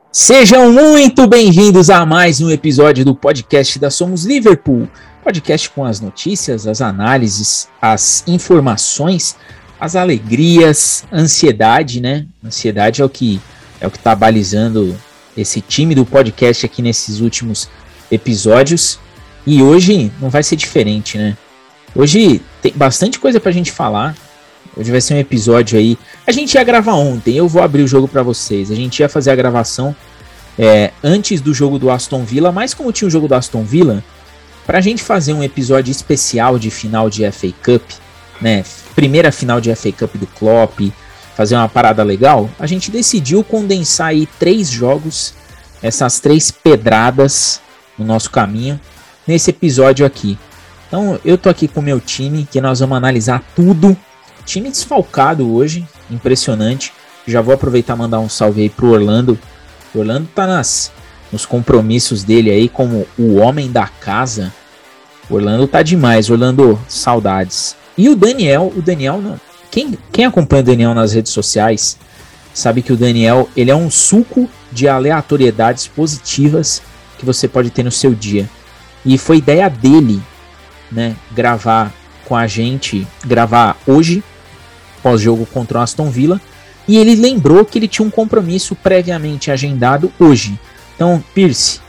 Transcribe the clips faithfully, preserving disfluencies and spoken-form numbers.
Sejam muito bem-vindos a mais um episódio do podcast da Somos Liverpool. Podcast com as notícias, as análises, as informações, as alegrias, ansiedade, né? Ansiedade é o que é o que tá balizando esse time do podcast aqui nesses últimos episódios. E hoje não vai ser diferente, né? Hoje tem bastante coisa pra gente falar. Hoje vai ser um episódio aí. A gente ia gravar ontem, eu vou abrir o jogo pra vocês. A gente ia fazer a gravação é, antes do jogo do Aston Villa, mas como tinha o jogo do Aston Villa, pra gente fazer um episódio especial de final de F A Cup, né? Primeira final de F A Cup do Klopp, fazer uma parada legal, a gente decidiu condensar aí três jogos, essas três pedradas no nosso caminho, nesse episódio aqui. Então eu tô aqui com o meu time, que nós vamos analisar tudo. Time desfalcado hoje, impressionante. Já vou aproveitar e mandar um salve aí pro Orlando. O Orlando tá nas, nos compromissos dele aí como o homem da casa. O Orlando tá demais. Orlando, saudades. E o Daniel, o Daniel, não. Quem, quem acompanha o Daniel nas redes sociais sabe que o Daniel, ele é um suco de aleatoriedades positivas que você pode ter no seu dia. E foi ideia dele, né, gravar com a gente, gravar hoje, pós-jogo contra o Aston Villa, e ele lembrou que ele tinha um compromisso previamente agendado hoje. Então, Pierce,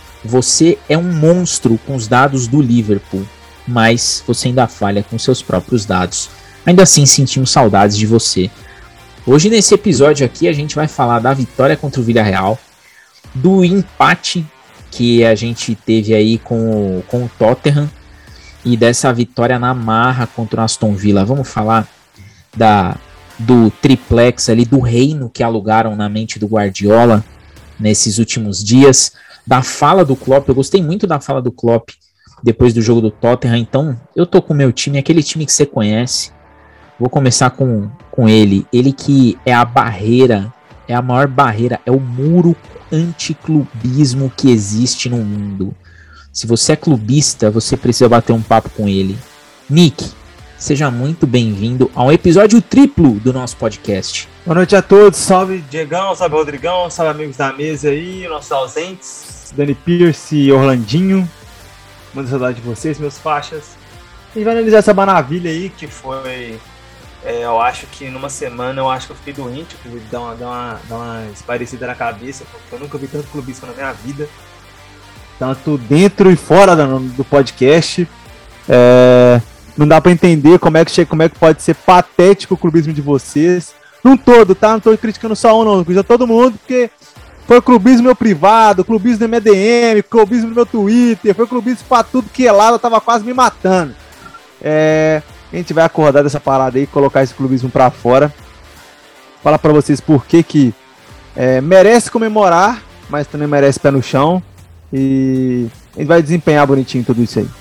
você é um monstro com os dados do Liverpool, mas você ainda falha com seus próprios dados. Ainda assim, sentimos saudades de você. Hoje, nesse episódio aqui, a gente vai falar da vitória contra o Villarreal, do empate que a gente teve aí com o, com o Tottenham, e dessa vitória na marra contra o Aston Villa. Vamos falar da, do triplex ali, do reino que alugaram na mente do Guardiola nesses últimos dias. Da fala do Klopp, eu gostei muito da fala do Klopp depois do jogo do Tottenham. Então eu tô com o meu time, aquele time que você conhece. Vou começar com, com ele. Ele que é a barreira, é a maior barreira, é o muro anticlubismo que existe no mundo. Se você é clubista, você precisa bater um papo com ele. Nick, seja muito bem-vindo a um episódio triplo do nosso podcast. Boa noite a todos, salve Diegão, salve Rodrigão, salve amigos da mesa aí, nossos ausentes, Dani Pierce e Orlandinho. Manda saudade de vocês, meus faixas. A gente vai analisar essa maravilha aí, que foi, é, eu acho que numa semana, eu acho que eu fiquei doente, que dá uma, dá uma, dá uma esparecida na cabeça, porque eu nunca vi tanto clubista na minha vida. Tanto dentro e fora do, do podcast. É, não dá pra entender como é, que, como é que pode ser patético o clubismo de vocês. Num todo, tá? Não tô criticando só um, não. Eu criticando todo mundo, porque foi clubismo meu privado, clubismo do meu D M, clubismo do meu Twitter, foi clubismo pra tudo que é lado, eu tava quase me matando. É, a gente vai acordar dessa parada aí, colocar esse clubismo pra fora. Falar pra vocês por que que é, merece comemorar, mas também merece pé no chão. E a gente vai desempenhar bonitinho tudo isso aí.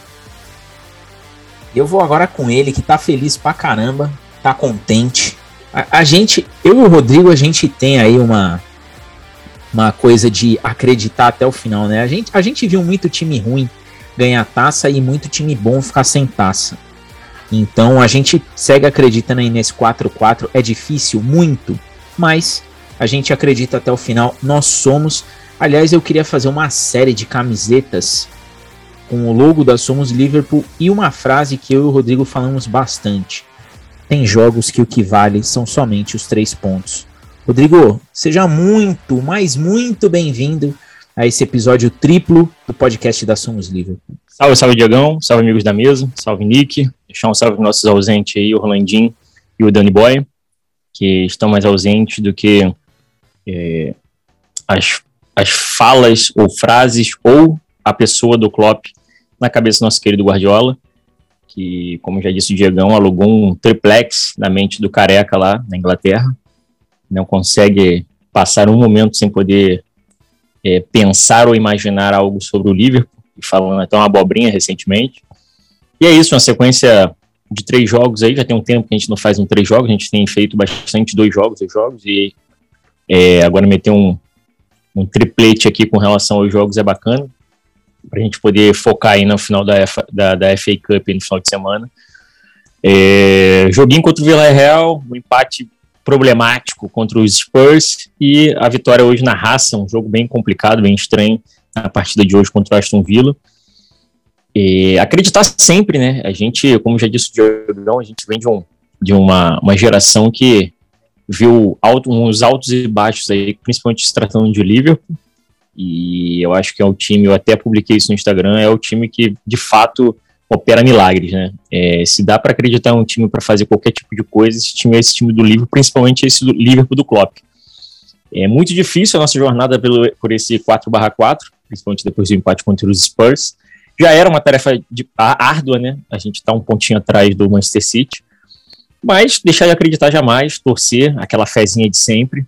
Eu vou agora com ele, que tá feliz pra caramba, tá contente. A, a gente, eu e o Rodrigo, a gente tem aí uma, uma coisa de acreditar até o final, né? A gente, a gente viu muito time ruim ganhar taça e muito time bom ficar sem taça. Então a gente segue acreditando aí nesse quatro a quatro. É difícil, muito, mas a gente acredita até o final. Nós somos... Aliás, eu queria fazer uma série de camisetas com o logo da Somos Liverpool e uma frase que eu e o Rodrigo falamos bastante. Tem jogos que o que vale são somente os três pontos. Rodrigo, seja muito, mas muito bem-vindo a esse episódio triplo do podcast da Somos Liverpool. Salve, salve, Diegão. Salve, amigos da mesa. Salve, Nick. Deixar um salve para nossos ausentes aí, o Rolandinho e o Danny Boy, que estão mais ausentes do que é, as... as falas ou frases ou a pessoa do Klopp na cabeça do nosso querido Guardiola, que, como já disse o Diegão, alugou um triplex na mente do careca lá na Inglaterra. Não consegue passar um momento sem poder é, pensar ou imaginar algo sobre o Liverpool, falando até uma abobrinha recentemente. E é isso, uma sequência de três jogos aí, já tem um tempo que a gente não faz um três jogos, a gente tem feito bastante dois jogos, dois jogos, e é, agora meter um um triplete aqui com relação aos jogos é bacana, para a gente poder focar aí no final da, F, da, da F A Cup no final de semana. É, joguinho contra o Villarreal, um empate problemático contra os Spurs e a vitória hoje na raça, um jogo bem complicado, bem estranho, a partida de hoje contra o Aston Villa. E acreditar sempre, né? A gente, como já disse o Diogão, a gente vem de, um, de uma, uma geração que viu alto, uns altos e baixos aí, principalmente se tratando de Liverpool, e eu acho que é o time, eu até publiquei isso no Instagram, é o time que de fato opera milagres, né? É, se dá para acreditar em um time para fazer qualquer tipo de coisa, esse time é esse time do Liverpool, principalmente esse do Liverpool do Klopp. É muito difícil a nossa jornada pelo, por esse quatro barra quatro, principalmente depois do empate contra os Spurs. Já era uma tarefa de, árdua, né? A gente está um pontinho atrás do Manchester City, mas deixar de acreditar jamais, torcer, aquela fezinha de sempre.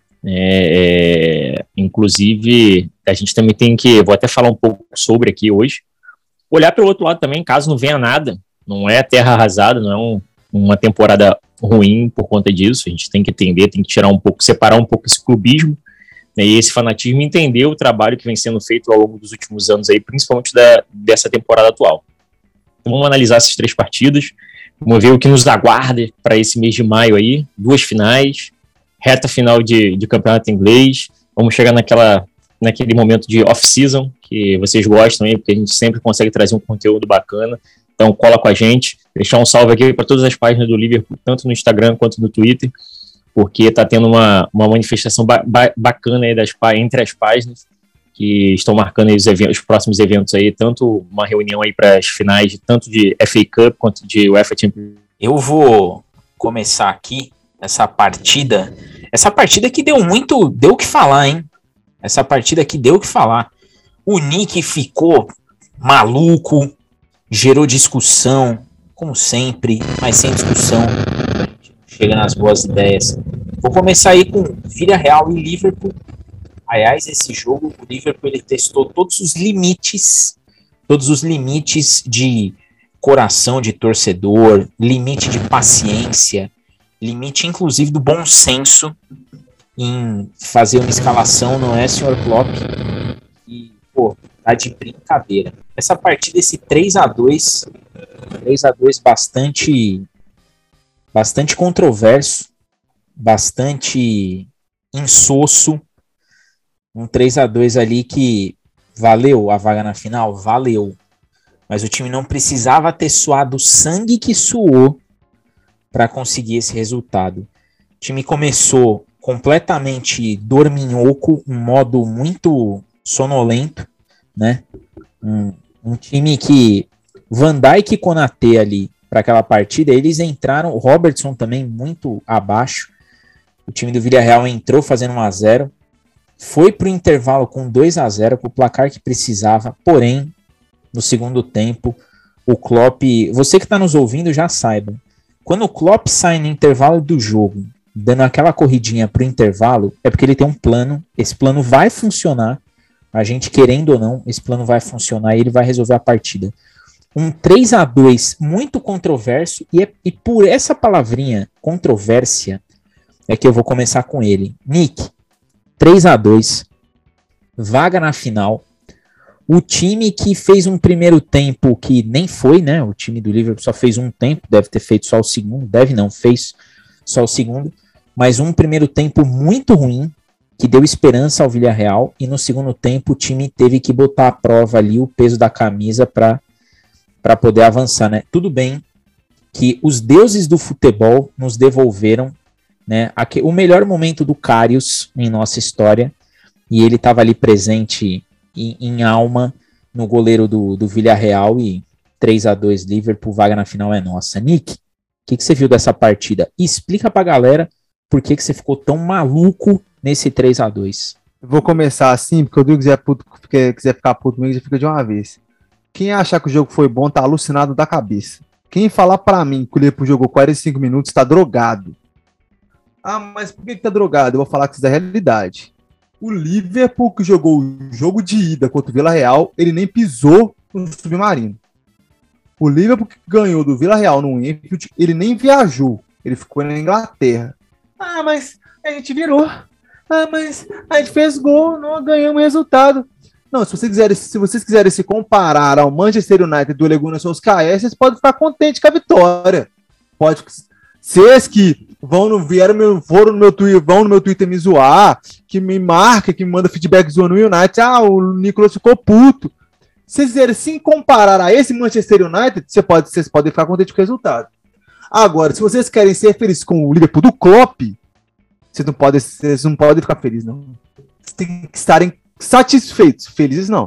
É, é, inclusive, a gente também tem que, vou até falar um pouco sobre aqui hoje, olhar para o outro lado também, caso não venha nada, não é terra arrasada, não é um, uma temporada ruim por conta disso, a gente tem que entender, tem que tirar um pouco, separar um pouco esse clubismo, né, e esse fanatismo, entender o trabalho que vem sendo feito ao longo dos últimos anos aí, principalmente da, dessa temporada atual. Então, vamos analisar essas três partidas, vamos ver o que nos aguarda para esse mês de maio aí, duas finais, reta final de, de campeonato inglês, vamos chegar naquela, naquele momento de off-season, que vocês gostam aí, porque a gente sempre consegue trazer um conteúdo bacana, então cola com a gente, deixar um salve aqui para todas as páginas do Liverpool, tanto no Instagram quanto no Twitter, porque está tendo uma, uma manifestação ba- ba- bacana aí das, entre as páginas, que estão marcando aí os, eventos, os próximos eventos aí, tanto uma reunião aí para as finais, tanto de F A Cup quanto de UEFA Champions League. Eu vou começar aqui essa partida, essa partida que deu muito, deu o que falar, hein? Essa partida que deu o que falar. O Nick ficou maluco, gerou discussão, como sempre, mas sem discussão, chega nas boas ideias. Vou começar aí com Villarreal e Liverpool. Aliás, esse jogo, o Liverpool ele testou todos os limites, todos os limites de coração de torcedor, limite de paciência, limite inclusive do bom senso em fazer uma escalação, não é, senhor Klopp? E, pô, tá de brincadeira. Essa partida, esse três a dois, três a dois bastante, bastante controverso, bastante insosso, um três a dois ali que valeu a vaga na final? Valeu. Mas o time não precisava ter suado o sangue que suou para conseguir esse resultado. O time começou completamente dorminhoco, um modo muito sonolento, né? Um, um time que Van Dijk e Konaté ali para aquela partida, eles entraram, o Robertson também muito abaixo. O time do Villarreal entrou fazendo um a zero, foi para o intervalo com dois a zero, com o placar que precisava, porém, no segundo tempo, o Klopp, você que está nos ouvindo já saiba, quando o Klopp sai no intervalo do jogo, dando aquela corridinha para o intervalo, é porque ele tem um plano, esse plano vai funcionar, a gente querendo ou não, esse plano vai funcionar e ele vai resolver a partida. Um três a dois muito controverso, e, é, e por essa palavrinha, controvérsia, é que eu vou começar com ele. Nick, três a dois, vaga na final. O time que fez um primeiro tempo que nem foi, né? O time do Liverpool só fez um tempo, deve ter feito só o segundo, deve não, fez só o segundo, mas um primeiro tempo muito ruim, que deu esperança ao Villarreal, e no segundo tempo o time teve que botar à prova ali o peso da camisa para para poder avançar, né? Tudo bem que os deuses do futebol nos devolveram, né, aqui, o melhor momento do Karius em nossa história, e ele estava ali presente em, em alma no goleiro do, do Villarreal, e três a dois Liverpool, vaga na final é nossa. Nick, o que, que você viu dessa partida? E explica pra galera por que, que você ficou tão maluco nesse três a dois. Eu vou começar assim, porque o Diego quiser, puto, quiser ficar puto comigo, já fica de uma vez. Quem achar que o jogo foi bom tá alucinado da cabeça. Quem falar pra mim que o Liverpool jogou quarenta e cinco minutos tá drogado. Ah, mas por que que tá drogado? Eu vou falar que isso é realidade. O Liverpool que jogou o jogo de ida contra o Villarreal, ele nem pisou no submarino. O Liverpool que ganhou do Villarreal no Anfield, ele nem viajou. Ele ficou na Inglaterra. Ah, mas a gente virou. Ah, mas a gente fez gol, não ganhamos resultado. Não, se vocês quiserem, se vocês quiserem se comparar ao Manchester United do Ole Gunnar Solskjaer, vocês podem ficar contentes com a vitória. Pode, Vocês que vão no, vieram meu, foram no meu Twitter, vão no meu Twitter me zoar, que me marca, que me manda feedback zoando o United, ah, o Nicolas ficou puto. Se vocês quiserem se comparar a esse Manchester United, você pode, vocês podem ficar contentes com o resultado. Agora, se vocês querem ser felizes com o Liverpool do Klopp, vocês não podem, vocês não podem ficar felizes, não. Vocês têm que estarem satisfeitos, felizes não.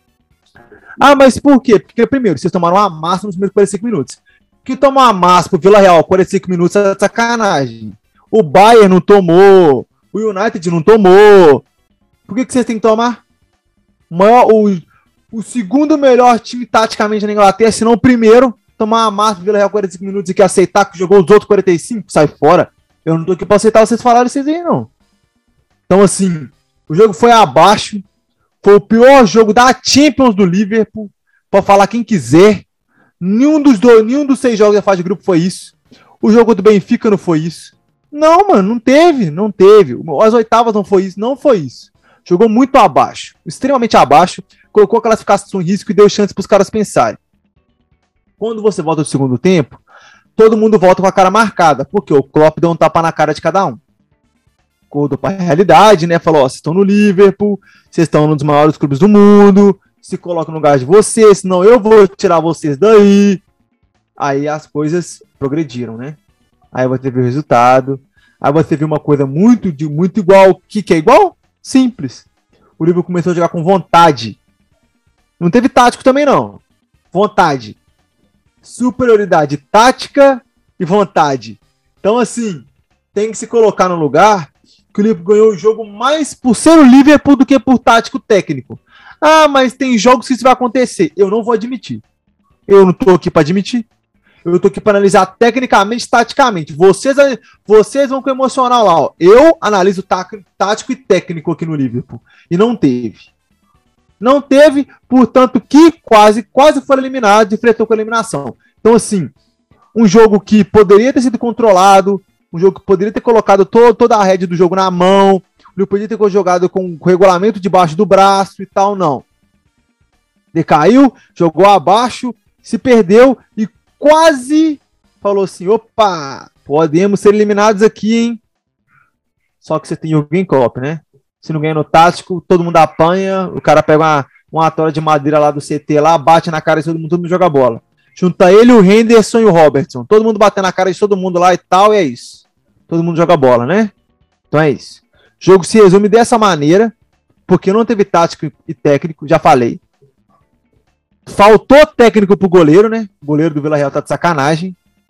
Ah, mas por quê? Porque, primeiro, vocês tomaram uma massa nos primeiros quarenta e cinco minutos. Que tomar uma massa pro Vila Real quarenta e cinco minutos é sacanagem. O Bayern não tomou, o United não tomou. Por que, que vocês têm que tomar? O, maior, o, o segundo melhor time taticamente na Inglaterra, se não o primeiro, tomar uma massa pro Vila Real quarenta e cinco minutos e que aceitar que jogou os outros quarenta e cinco, sai fora. Eu não tô aqui pra aceitar vocês falarem vocês aí, não. Então, assim, o jogo foi abaixo. Foi o pior jogo da Champions do Liverpool. Pode falar quem quiser. Nenhum dos, dois, nenhum dos seis jogos da fase de grupo foi isso. O jogo do Benfica não foi isso. Não, mano, não teve. Não teve. As oitavas não foi isso. Não foi isso. Jogou muito abaixo. Extremamente abaixo. Colocou a classificação em risco e deu chance pros caras pensarem. Quando você volta do segundo tempo, todo mundo volta com a cara marcada. Porque o Klopp deu um tapa na cara de cada um. Acordou pra realidade, né? Falou, ó, vocês estão no Liverpool, vocês estão num dos maiores clubes do mundo, se coloca no lugar de vocês, senão eu vou tirar vocês daí. Aí as coisas progrediram, né? Aí você viu o resultado, aí você viu uma coisa muito, muito igual. O que, que é igual? Simples. O Liverpool começou a jogar com vontade. Não teve tático também, não. Vontade. Superioridade tática e vontade. Então, assim, tem que se colocar no lugar que o Liverpool ganhou o jogo mais por ser o Liverpool do que por tático técnico. Ah, mas tem jogos que isso vai acontecer. Eu não vou admitir. Eu não tô aqui para admitir. Eu tô aqui para analisar tecnicamente, taticamente. Vocês, vocês vão com o emocional lá. Ó. Eu analiso tático e técnico aqui no Liverpool. E não teve. Não teve, portanto, que quase, quase foi eliminado e flertou com a eliminação. Então, assim, um jogo que poderia ter sido controlado, um jogo que poderia ter colocado to- toda a rédea do jogo na mão, ele poderia ter jogado com o regulamento debaixo do braço e tal, não. Decaiu, jogou abaixo, se perdeu e quase falou assim, opa, podemos ser eliminados aqui, hein? Só que você tem o Jürgen Klopp, né? Se não ganha no tático, todo mundo apanha, o cara pega uma, uma tora de madeira lá do C T, lá, bate na cara de todo mundo, todo mundo joga bola. Junta ele, o Henderson e o Robertson. Todo mundo batendo na cara de todo mundo lá e tal, e é isso. Todo mundo joga bola, né? Então é isso. O jogo se resume dessa maneira, porque não teve tático e técnico, já falei. Faltou técnico pro goleiro, né? O goleiro do Vila Real tá de sacanagem.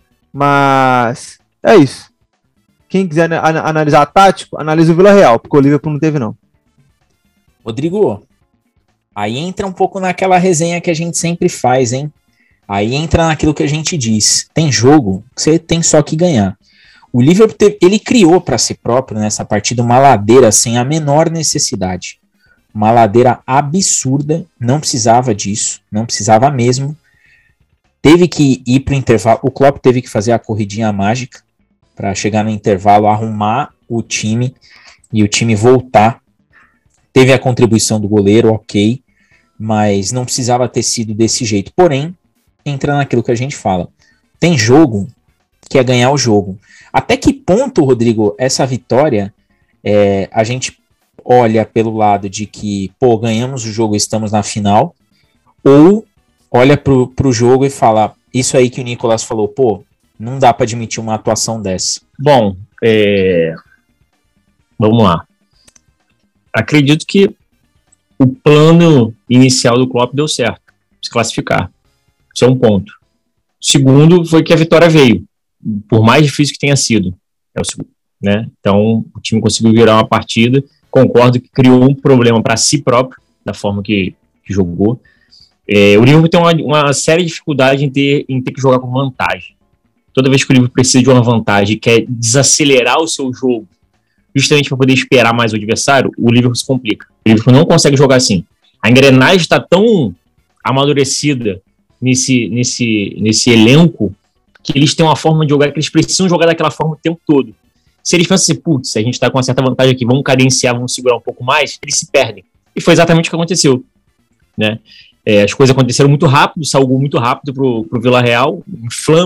Mas é isso. Quem quiser analisar tático, analisa o Vila Real, porque o Liverpool não teve, não. Rodrigo, aí entra um pouco naquela resenha que a gente sempre faz, hein? Aí entra naquilo que a gente diz. Tem jogo que você tem só que ganhar. O Liverpool, teve, ele criou para si próprio nessa partida uma ladeira sem a menor necessidade. Uma ladeira absurda, não precisava disso, não precisava mesmo. Teve que ir para o intervalo, o Klopp teve que fazer a corridinha mágica para chegar no intervalo, arrumar o time e o time voltar. Teve a contribuição do goleiro, ok, mas não precisava ter sido desse jeito. Porém, entra naquilo que a gente fala. Tem jogo que é ganhar o jogo. Até que ponto, Rodrigo, essa vitória, é, a gente olha pelo lado de que, pô, ganhamos o jogo e estamos na final, ou olha pro, pro jogo e fala, isso aí que o Nicolas falou, pô, não dá para admitir uma atuação dessa. Bom, é... vamos lá. Acredito que o plano inicial do Klopp deu certo, se classificar. Isso é um ponto. Segundo foi que a vitória veio, por mais difícil que tenha sido. É o segundo, né? Então, o time conseguiu virar uma partida. Concordo que criou um problema para si próprio, da forma que, que jogou. É, o Liverpool tem uma, uma séria dificuldade em ter, em ter que jogar com vantagem. Toda vez que o Liverpool precisa de uma vantagem e quer desacelerar o seu jogo, justamente para poder esperar mais o adversário, o Liverpool se complica. O Liverpool não consegue jogar assim. A engrenagem está tão amadurecida nesse, nesse, nesse elenco que eles têm uma forma de jogar que eles precisam jogar daquela forma o tempo todo. Se eles pensam assim, putz, a gente está com uma certa vantagem aqui, vamos cadenciar, vamos segurar um pouco mais, eles se perdem. E foi exatamente o que aconteceu, né? É, as coisas aconteceram muito rápido, saiu o gol muito rápido pro, pro Vila Real, inflama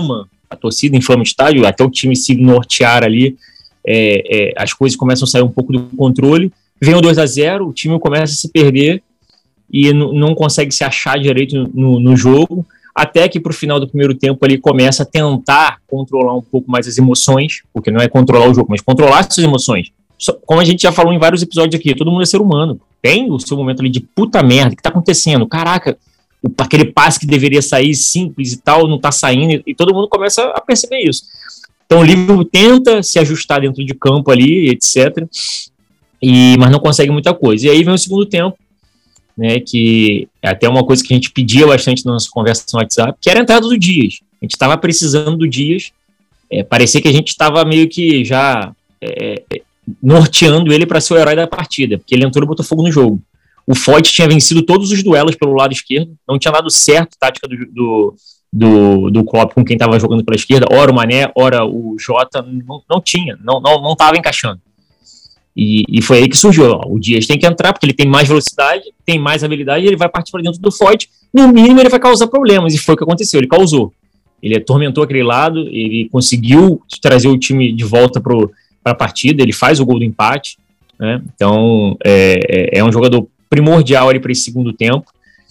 a torcida inflama o estádio, até o time se nortear ali, é, é, as coisas começam a sair um pouco do controle, vem o dois a zero, o time começa a se perder e n- não consegue se achar direito no, no jogo, até que pro final do primeiro tempo ele começa a tentar controlar um pouco mais as emoções, porque não é controlar o jogo, mas controlar suas emoções. Só, como a gente já falou em vários episódios aqui, todo mundo é ser humano, tem o seu momento ali de puta merda, o que tá acontecendo? Caraca, o, aquele passe que deveria sair simples e tal, não tá saindo, e, e todo mundo começa a perceber isso. Então o Liverpool tenta se ajustar dentro de campo ali, etcétera, e, mas não consegue muita coisa. E aí vem o segundo tempo, né, que é até uma coisa que a gente pedia bastante na nossa conversa no WhatsApp, que era a entrada do Dias. A gente estava precisando do Dias, é, parecia que a gente estava meio que já é, norteando ele para ser o herói da partida, porque ele entrou e botou fogo no jogo. O Foyt tinha vencido todos os duelos pelo lado esquerdo, não tinha dado certo a tática do, do, do, do Klopp com quem estava jogando pela esquerda, ora o Mané, ora o Jota, não, não tinha, não estava não, não encaixando. E, e foi aí que surgiu, ó, o Dias tem que entrar, porque ele tem mais velocidade, tem mais habilidade, ele vai partir para dentro do Foyt, no mínimo ele vai causar problemas, e foi o que aconteceu, ele causou. Ele atormentou aquele lado, ele conseguiu trazer o time de volta para a partida, ele faz o gol do empate, né? Então é, é um jogador primordial ali para esse segundo tempo,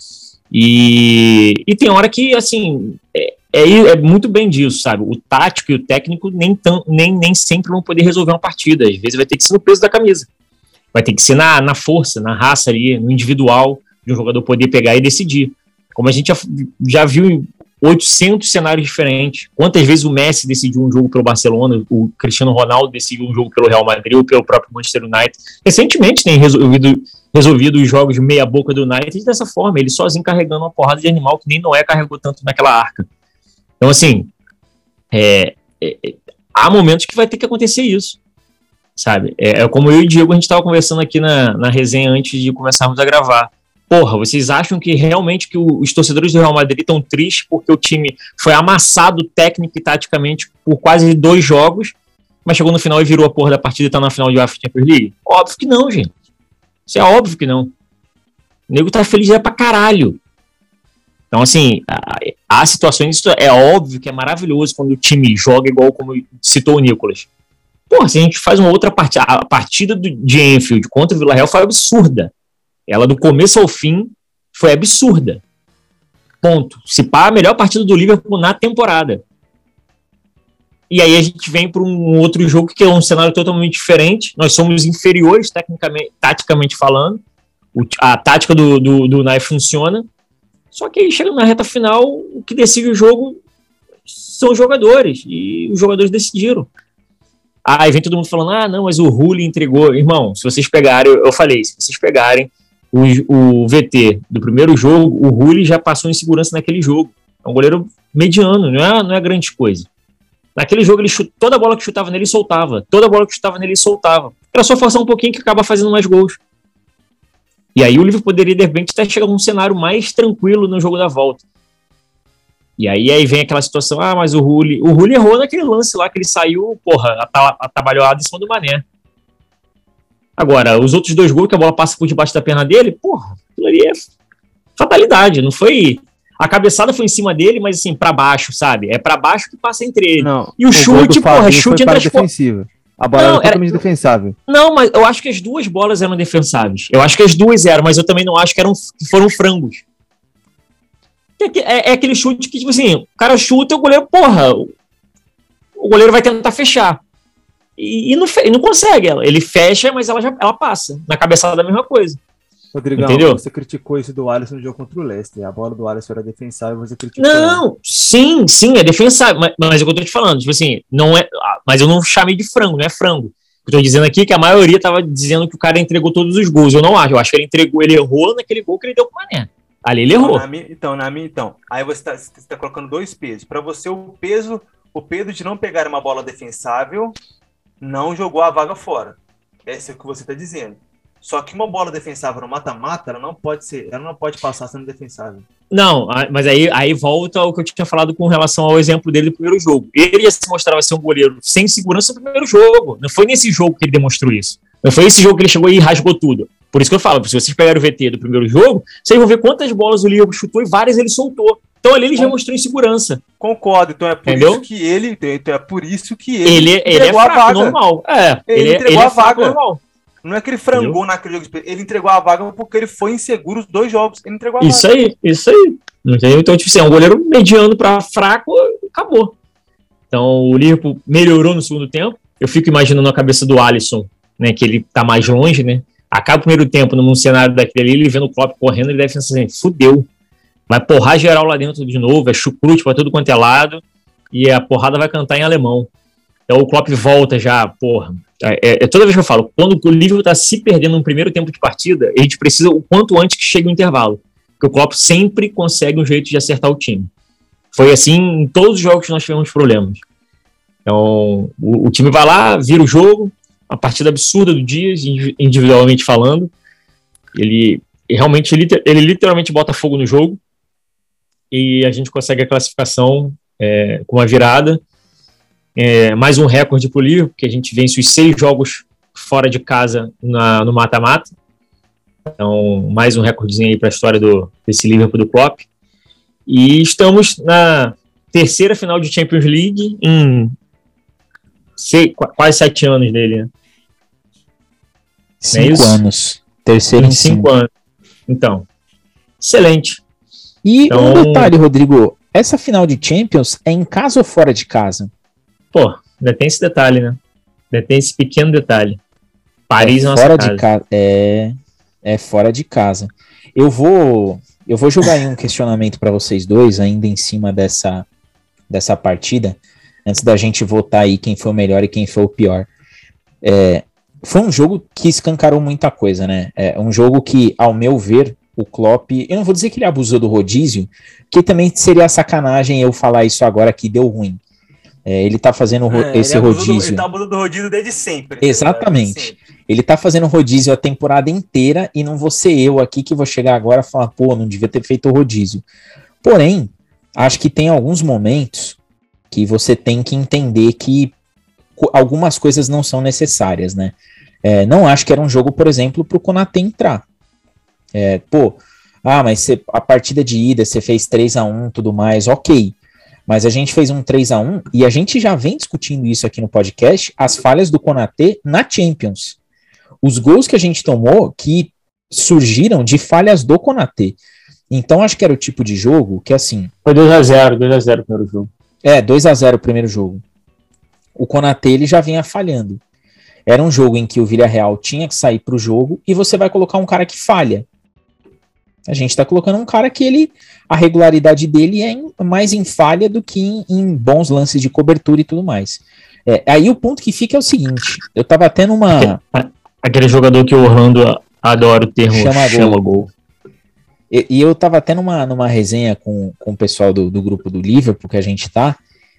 e, e tem hora que, assim, é, é, é muito bem disso, sabe? O tático e o técnico nem, tão, nem, nem sempre vão poder resolver uma partida, às vezes vai ter que ser no peso da camisa, vai ter que ser na, na força, na raça ali, no individual, de um jogador poder pegar e decidir. Como a gente já, já viu em oitocentos cenários diferentes, quantas vezes o Messi decidiu um jogo pelo Barcelona, o Cristiano Ronaldo decidiu um jogo pelo Real Madrid ou pelo próprio Manchester United. Recentemente tem resolvido, resolvido os jogos de meia boca do United dessa forma, ele sozinho carregando uma porrada de animal que nem Noé carregou tanto naquela arca. Então, assim, é, é, é, há momentos que vai ter que acontecer isso, sabe? É, é como eu e o Diego, a gente estava conversando aqui na, na resenha antes de começarmos a gravar. Porra, vocês acham que realmente que o, os torcedores do Real Madrid estão tristes porque o time foi amassado técnico e taticamente por quase dois jogos, mas chegou no final e virou a porra da partida e está na final de UEFA Champions League? Óbvio que não, gente. Isso é óbvio que não. O nego tá feliz é pra caralho. Então, assim, há situações, isso é óbvio que é maravilhoso quando o time joga igual como citou o Nicolas. Porra, se a gente faz uma outra partida, a partida do, de Anfield contra o Villarreal foi absurda. Ela, do começo ao fim, foi absurda. Ponto. Se pá, a melhor partida do Liverpool na temporada. E aí a gente vem para um outro jogo que é um cenário totalmente diferente. Nós somos inferiores, tecnicamente, taticamente falando. O, a tática do, do, do Unai funciona. Só que aí chega na reta final, o que decide o jogo são os jogadores. E os jogadores decidiram. Aí vem todo mundo falando, ah, não, mas o Rulli entregou. Irmão, se vocês pegarem, eu falei, se vocês pegarem o, o V T do primeiro jogo, o Rulli já passou insegurança naquele jogo. É um goleiro mediano, não é, não é grande coisa. Naquele jogo, ele chuta, toda bola que chutava nele, ele soltava. Toda bola que chutava nele, ele soltava. Era só forçar um pouquinho que acaba fazendo mais gols. E aí o Liverpool poderia, de repente, até chegar num cenário mais tranquilo no jogo da volta. E aí, aí vem aquela situação, ah, mas o Rulli... O Rulli errou naquele lance lá, que ele saiu, porra, atabalhoado em cima do Mané. Agora, os outros dois gols, que a bola passa por debaixo da perna dele, porra, aquilo ali é fatalidade, não foi... A cabeçada foi em cima dele, mas assim, pra baixo, sabe? É pra baixo que passa entre ele. Não, e o, o chute, porra, chute para defensiva. A bola não, era totalmente era... defensável. Não, mas eu acho que as duas bolas eram defensáveis. Eu acho que as duas eram, mas eu também não acho que, eram, que foram frangos. É, é, é aquele chute que, tipo assim, o cara chuta e o goleiro, porra, o goleiro vai tentar fechar. E, e, não, e não consegue. Ela. Ele fecha, mas ela, já, ela passa. Na cabeçada da mesma coisa. Rodrigão, entendeu? Você criticou isso do Alisson no jogo contra o Leicester. A bola do Alisson era defensável e você criticou. Não, sim, sim, é defensável. Mas, mas é o que eu tô te falando, tipo assim, não é. Mas eu não chamei de frango, não é frango. Eu tô dizendo aqui que a maioria tava dizendo que o cara entregou todos os gols. Eu não acho. Eu acho que ele entregou, ele errou naquele gol que ele deu pro Mané. Ali ele errou. Então, na minha, então, na minha, então. Aí você tá, você tá colocando dois pesos. Para você, o peso, o peso de não pegar uma bola defensável não jogou a vaga fora. Esse é o que você tá dizendo. Só que uma bola defensável no mata-mata, ela não pode ser, ela não pode passar sendo defensável. Não, mas aí, aí volta ao que eu tinha falado com relação ao exemplo dele do primeiro jogo. Ele já se mostrava ser um goleiro sem segurança no primeiro jogo. Não foi nesse jogo que ele demonstrou isso. Não foi esse jogo que ele chegou e rasgou tudo. Por isso que eu falo, se vocês pegarem o V T do primeiro jogo, vocês vão ver quantas bolas o Liverpool chutou e várias ele soltou. Então ali ele já mostrou insegurança. Concordo, então é por Entendeu? isso que ele, então é por isso que ele, Ele, ele é entregou a fraco, vaga. normal. É, Ele ele, entregou ele é a fraco, vaga. normal. Não é que ele frangou Entendeu? naquele jogo, ele entregou a vaga porque ele foi inseguro os dois jogos. Ele entregou a Isso vaga. aí, isso aí. Entendeu? Então, tipo assim, é um goleiro mediano pra fraco, acabou. Então, o Liverpool melhorou no segundo tempo. Eu fico imaginando a cabeça do Alisson, né, que ele tá mais longe, né? Acaba o primeiro tempo num cenário daquele ali, ele vendo o Klopp correndo, ele deve pensar assim, fudeu. Vai porrar geral lá dentro de novo, é chucrute pra tudo quanto é lado, e a porrada vai cantar em alemão. Então o Klopp volta já, porra. É, é, toda vez que eu falo, quando o Liverpool tá se perdendo no primeiro tempo de partida, a gente precisa o quanto antes que chegue o intervalo. Porque o Klopp sempre consegue um jeito de acertar o time. Foi assim em todos os jogos que nós tivemos problemas. Então, o, o time vai lá, vira o jogo, uma partida absurda do Dias, individualmente falando. Ele realmente, ele, ele literalmente bota fogo no jogo e a gente consegue a classificação é, com uma virada. É, mais um recorde pro Liverpool, porque a gente vence os seis jogos fora de casa na, no mata-mata. Então, mais um recordezinho aí para a história do, desse Liverpool do Klopp. E estamos na terceira final de Champions League em sei, quase sete anos dele, né? Cinco é anos. Terceiro em cinco. cinco anos. Então, excelente. E então, um detalhe, Rodrigo. Essa final de Champions é em casa ou fora de casa? Pô, ainda tem esse detalhe, né? Ainda tem esse pequeno detalhe. Paris é, é fora nossa de casa. É, é fora de casa. Eu vou, eu vou jogar aí um questionamento para vocês dois, ainda em cima dessa, dessa partida, antes da gente votar aí quem foi o melhor e quem foi o pior. É, foi um jogo que escancarou muita coisa, né? É um jogo que, ao meu ver, o Klopp, eu não vou dizer que ele abusou do rodízio, que também seria sacanagem eu falar isso agora que deu ruim. É, ele tá fazendo ro- É, esse ele abusou do- rodízio. ele tá abusando do rodízio desde sempre. Exatamente. Desde sempre. Ele tá fazendo rodízio a temporada inteira e não vou ser eu aqui que vou chegar agora e falar, pô, não devia ter feito o rodízio. Porém, acho que tem alguns momentos que você tem que entender que co- algumas coisas não são necessárias, né? É, não acho que era um jogo, por exemplo, pro Konaté entrar. É, pô, ah, mas você, a partida de ida, você fez três a um, tudo mais, ok. Mas a gente fez um três a um e a gente já vem discutindo isso aqui no podcast, as falhas do Konaté na Champions. Os gols que a gente tomou que surgiram de falhas do Konaté. Então acho que era o tipo de jogo que assim... Foi dois a zero, dois a zero o primeiro jogo. É, dois a zero o primeiro jogo. O Konaté ele já vinha falhando. Era um jogo em que o Villarreal tinha que sair para o jogo e você vai colocar um cara que falha. A gente está colocando um cara que ele, a regularidade dele é em, mais em falha do que em, em bons lances de cobertura e tudo mais. É, aí o ponto que fica é o seguinte, eu tava até numa... Aquele jogador que o Orlando adora o termo Chama chama, gol. gol. E, e eu tava até numa, numa resenha com, com o pessoal do, do grupo do Liverpool, que a gente tá,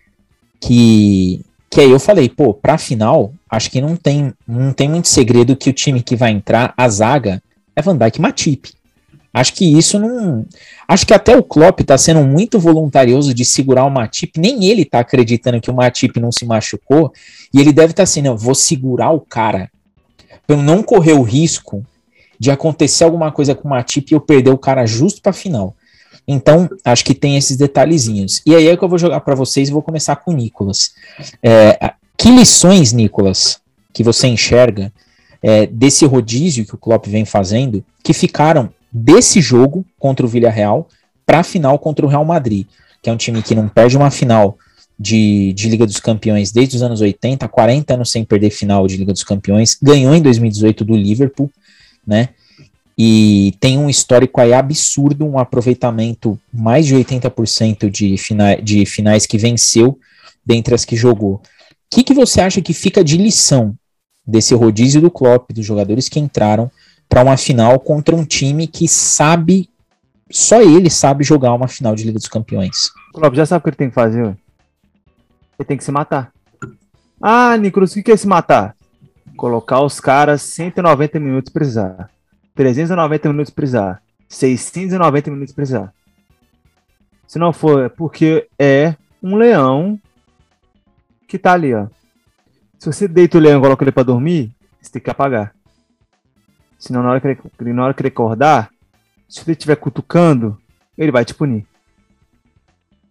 que, que aí eu falei, pô, pra final, acho que não tem, não tem muito segredo que o time que vai entrar, a zaga, é Van Dijk e Matip. Acho que isso não... Acho que até o Klopp tá sendo muito voluntarioso de segurar o Matip, nem ele tá acreditando que o Matip não se machucou, e ele deve estar tá assim, não, vou segurar o cara, pra eu não correr o risco de acontecer alguma coisa com o Matip e eu perder o cara justo pra final. Então, acho que tem esses detalhezinhos. E aí é que eu vou jogar pra vocês e vou começar com o Nicolas. É, que lições, Nicolas, que você enxerga é, desse rodízio que o Klopp vem fazendo, que ficaram desse jogo contra o Villarreal para a final contra o Real Madrid, que é um time que não perde uma final de, de Liga dos Campeões desde os anos oitenta, quarenta anos sem perder final de Liga dos Campeões, ganhou em dois mil e dezoito do Liverpool, né? E tem um histórico aí absurdo, um aproveitamento mais de oitenta por cento de, fina, de finais que venceu dentre as que jogou. O que, que você acha que fica de lição desse rodízio do Klopp, dos jogadores que entraram para uma final contra um time que sabe, só ele sabe jogar uma final de Liga dos Campeões? O Klopp já sabe o que ele tem que fazer, ué. Ele tem que se matar. Ah, Nicolas, o que é se matar? Colocar os caras cento e noventa minutos precisar. trezentos e noventa minutos precisar. seiscentos e noventa minutos precisar. Se não for, é porque é um leão que tá ali, ó. Se você deita o leão e coloca ele pra dormir, você tem que apagar. Senão, na hora que ele, na hora que ele acordar, se ele estiver cutucando, ele vai te punir.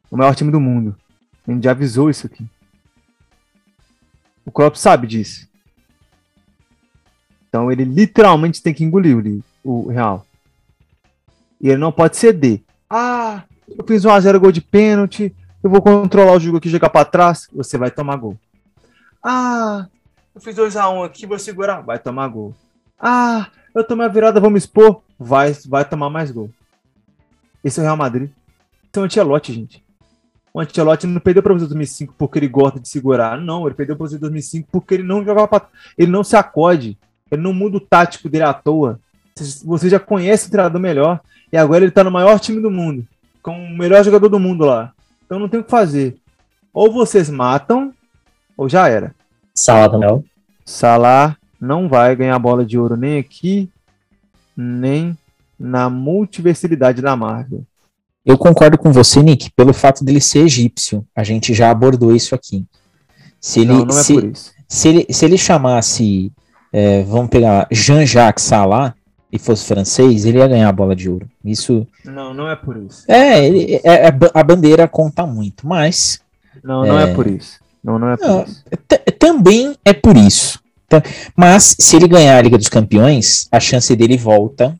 o maior time do mundo. A gente já avisou isso aqui. O Klopp sabe disso. Então ele literalmente tem que engolir o, o Real. E ele não pode ceder. Ah, eu fiz um a zero gol de pênalti, eu vou controlar o jogo aqui e jogar pra trás. Você vai tomar gol. Ah, eu fiz dois a um aqui, vou segurar. Vai tomar gol. Ah, eu tomei a virada, vou me expor. Vai, vai tomar mais gol. Esse é o Real Madrid. Esse é o Ancelotti, gente. O Ancelotti não perdeu para o dois mil e cinco porque ele gosta de segurar. Não, ele perdeu para o dois mil e cinco porque ele não joga pra... ele não se acode. Ele não muda o tático dele à toa. Você já conhece o treinador melhor. E agora ele tá no maior time do mundo. Com o melhor jogador do mundo lá. Então não tem o que fazer. Ou vocês matam, ou já era. Salah também. Salah não vai ganhar bola de ouro nem aqui, nem na multiversalidade da Marvel. Eu concordo com você, Nick, pelo fato dele ser egípcio. A gente já abordou isso aqui. Se ele, não, não é se, por isso. Se ele, se ele chamasse, é, vamos pegar Jean-Jacques Salah e fosse francês, ele ia ganhar a bola de ouro. Isso. Não, não é por isso. É, ele, é, é a bandeira conta muito, mas. Não, não é, é por isso. Não, não é por não, isso. Também é por isso. Mas se ele ganhar a Liga dos Campeões, a chance dele volta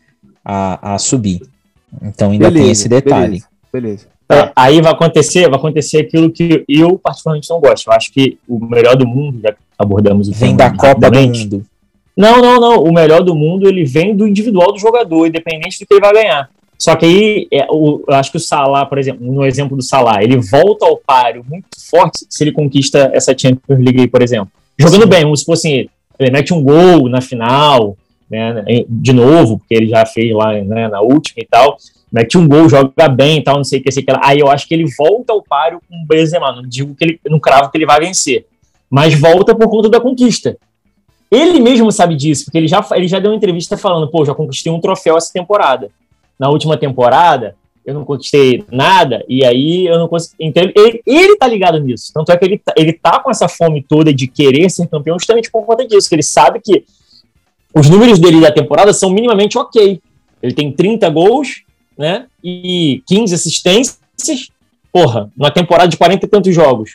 a, a subir. Então ainda beleza, tem esse detalhe. Beleza. beleza. É, aí vai acontecer, vai acontecer aquilo que eu particularmente não gosto. Eu acho que o melhor do mundo, já abordamos o vem da Copa do Mundo. Não, não, não. O melhor do mundo ele vem do individual do jogador, independente do que ele vai ganhar. Só que aí, é, o, eu acho que o Salah, por exemplo, no exemplo do Salah, ele volta ao páreo muito forte se ele conquista essa Champions League aí, por exemplo. Jogando Sim. bem, como se fosse assim, ele mete um gol na final, né, de novo, porque ele já fez lá, né, na última e tal, mete um gol, joga bem e tal, não sei o que, sei que. Aí eu acho que ele volta ao páreo com o Benzema, não digo que ele, não cravo que ele vai vencer, mas volta por conta da conquista. Ele mesmo sabe disso, porque ele já, ele já deu uma entrevista falando, pô, já conquistei um troféu essa temporada. Na última temporada, eu não conquistei nada, e aí eu não consegui. Então, ele, ele tá ligado nisso. Tanto é que ele tá, ele tá com essa fome toda de querer ser campeão justamente por conta disso, que ele sabe que os números dele da temporada são minimamente ok. Ele tem trinta gols, né, e quinze assistências, porra, numa temporada de quarenta e tantos jogos.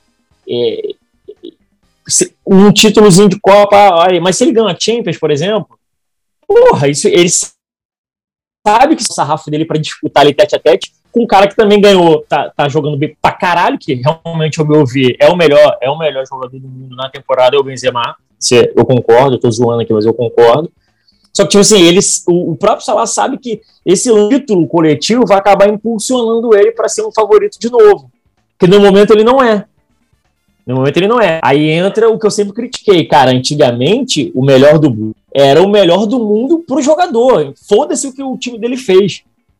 É, um títulozinho de Copa, mas se ele ganha a Champions, por exemplo, porra, isso, ele sabe que o sarrafo dele para disputar ali tete a tete com um cara que também ganhou, tá, tá jogando bem pra caralho, que realmente, ao meu ver, é o melhor, é o melhor jogador do mundo na temporada, é o Benzema. Eu concordo, eu tô zoando aqui, mas eu concordo. Só que, tipo assim, eles, o, o próprio Salah sabe que esse título coletivo vai acabar impulsionando ele para ser um favorito de novo. Que no momento ele não é. No momento ele não é. Aí entra o que eu sempre critiquei. Cara, antigamente, o melhor do mundo era o melhor do mundo pro jogador. Foda-se o que o time dele fez.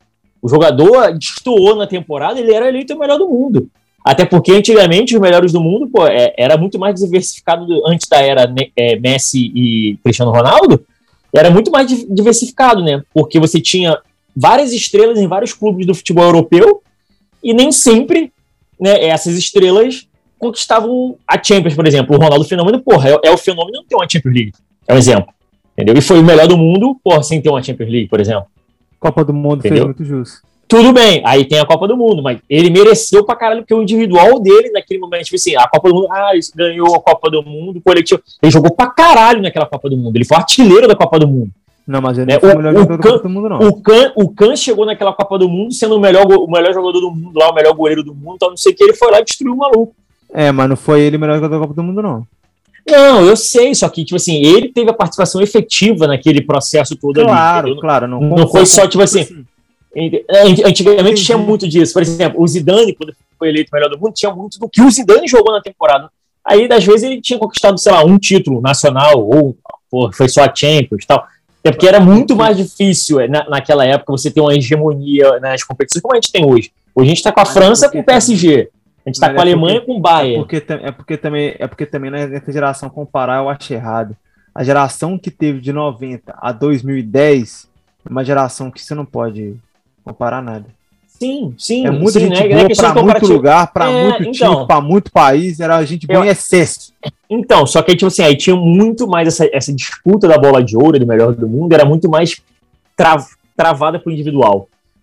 O jogador destoou na temporada, ele era eleito o melhor do mundo. Até porque antigamente os melhores do mundo, pô, é, era muito mais diversificado do, antes da era é, Messi e Cristiano Ronaldo. Era muito mais diversificado, né? Porque você tinha várias estrelas em vários clubes do futebol europeu e nem sempre, né, essas estrelas conquistavam a Champions, por exemplo. O Ronaldo Fenômeno, porra, é, é o fenômeno de não ter uma Champions League. É um exemplo. Entendeu? E foi o melhor do mundo, porra, sem ter uma Champions League, por exemplo. Copa do Mundo, entendeu? Fez muito justo. Tudo bem, aí tem a Copa do Mundo, mas ele mereceu pra caralho, porque o individual dele, naquele momento, tipo assim, a Copa do Mundo, ah, ele ganhou a Copa do Mundo, coletivo. Ele jogou pra caralho naquela Copa do Mundo. Ele foi artilheiro da Copa do Mundo. Não, mas ele né? não foi o, o melhor jogador da Copa do Mundo, não. O Kahn, o Kahn chegou naquela Copa do Mundo sendo o melhor, o melhor jogador do mundo lá, o melhor goleiro do mundo, então não sei o que, ele foi lá e destruiu o maluco. É, mas não foi ele o melhor jogador da Copa do Mundo, não. Não, eu sei, só que, tipo assim, ele teve a participação efetiva naquele processo todo claro, ali. Claro, não. Não foi só, tipo assim... assim. Antigamente Entendi. Tinha muito disso. Por exemplo, o Zidane, quando foi eleito o melhor do mundo, tinha muito do que o Zidane jogou na temporada. Aí, das vezes, ele tinha conquistado, sei lá, um título nacional, ou pô, foi só a Champions e tal. É porque era muito mais difícil na, naquela época você ter uma hegemonia nas competições como a gente tem hoje. Hoje a gente tá com a França com o P S G. A gente tá com a Alemanha com o Bayern. É porque, é porque também, é porque também nessa geração comparar eu acho errado. A geração que teve de noventa a dois mil e dez é uma geração que você não pode comparar nada. Sim, sim. É muita sim, gente né? boa pra muito lugar, pra é, muito então, time, pra muito país, era gente boa eu, em excesso. Então, só que aí, tipo assim, aí tinha muito mais essa, essa disputa da bola de ouro, do melhor do mundo, era muito mais tra, travada pro individual.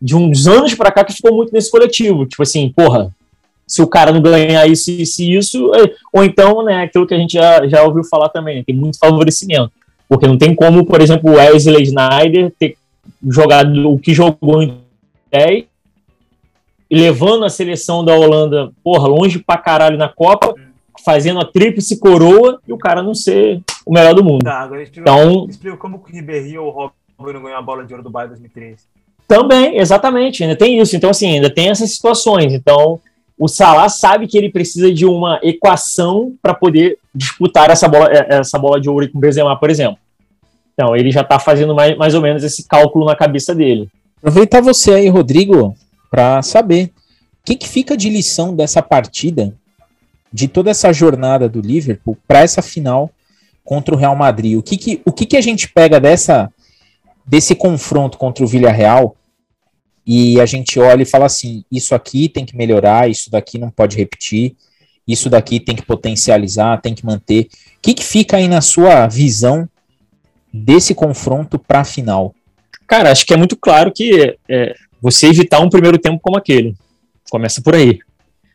de uns anos pra cá que ficou muito nesse coletivo. Tipo assim, porra, se o cara não ganhar isso e isso, isso, ou então, né, aquilo que a gente já, já ouviu falar também, né, tem muito favorecimento. Porque não tem como, por exemplo, o Wesley Sneijder ter jogado o que jogou em dez e levando a seleção da Holanda, porra, longe pra caralho na Copa, fazendo a tríplice coroa e o cara não ser o melhor do mundo. Tá, agora explica, então, explica como o Ribéry ou o Robin não ganhou a bola de ouro do Bayern em dois mil e treze. Também, exatamente, ainda tem isso. Então, assim, ainda tem essas situações. Então, o Salah sabe que ele precisa de uma equação para poder disputar essa bola, essa bola de ouro com o Benzema, por exemplo. Então, ele já está fazendo mais, mais ou menos esse cálculo na cabeça dele. Aproveitar você aí, Rodrigo, para saber o que, que fica de lição dessa partida, de toda essa jornada do Liverpool para essa final contra o Real Madrid. O que, que, o que, que a gente pega dessa, desse confronto contra o Villarreal e a gente olha e fala assim, isso aqui tem que melhorar, isso daqui não pode repetir, isso daqui tem que potencializar, tem que manter. O que, que fica aí na sua visão desse confronto para a final? Cara, acho que é muito claro que é, você evitar um primeiro tempo como aquele. Começa por aí.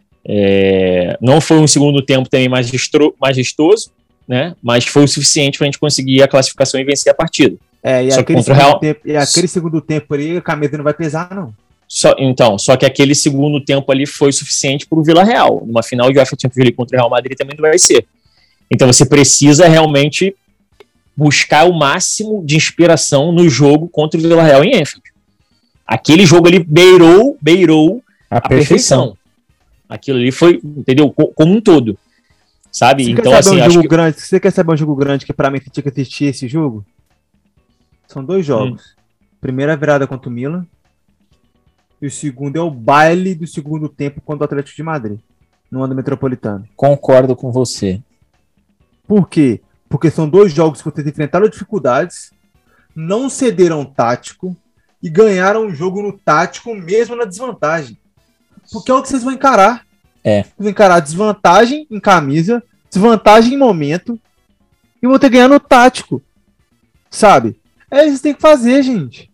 É, não foi um segundo tempo também magistro, majestoso, né? Mas foi o suficiente para a gente conseguir a classificação e vencer a partida. É, e, só aquele, contra segundo o Real... tempo, e aquele segundo tempo ali, a camisa não vai pesar, não. Só, então, só que aquele segundo tempo ali foi suficiente para o Villarreal. Numa final de UEFA Champions League contra o Real Madrid também não vai ser. Então você precisa realmente buscar o máximo de inspiração no jogo contra o Villarreal em Anfield. Aquele jogo ali beirou, beirou a, a perfeição. perfeição. Aquilo ali foi, entendeu? Como um todo. Sabe? Você então, quer saber assim, um acho jogo que... grande? Você quer saber um jogo grande que pra mim você tinha que assistir esse jogo? São dois jogos. Hum. Primeira virada contra o Milan. E o segundo é o baile do segundo tempo contra o Atlético de Madrid. No ano metropolitano. Concordo com você. Por quê? Porque são dois jogos que vocês enfrentaram dificuldades, não cederam tático e ganharam o jogo no tático mesmo na desvantagem. Porque é o que vocês vão encarar. É. Vocês vão encarar desvantagem em camisa, desvantagem em momento e vão ter que ganhar no tático. Sabe? É isso que tem que fazer, gente.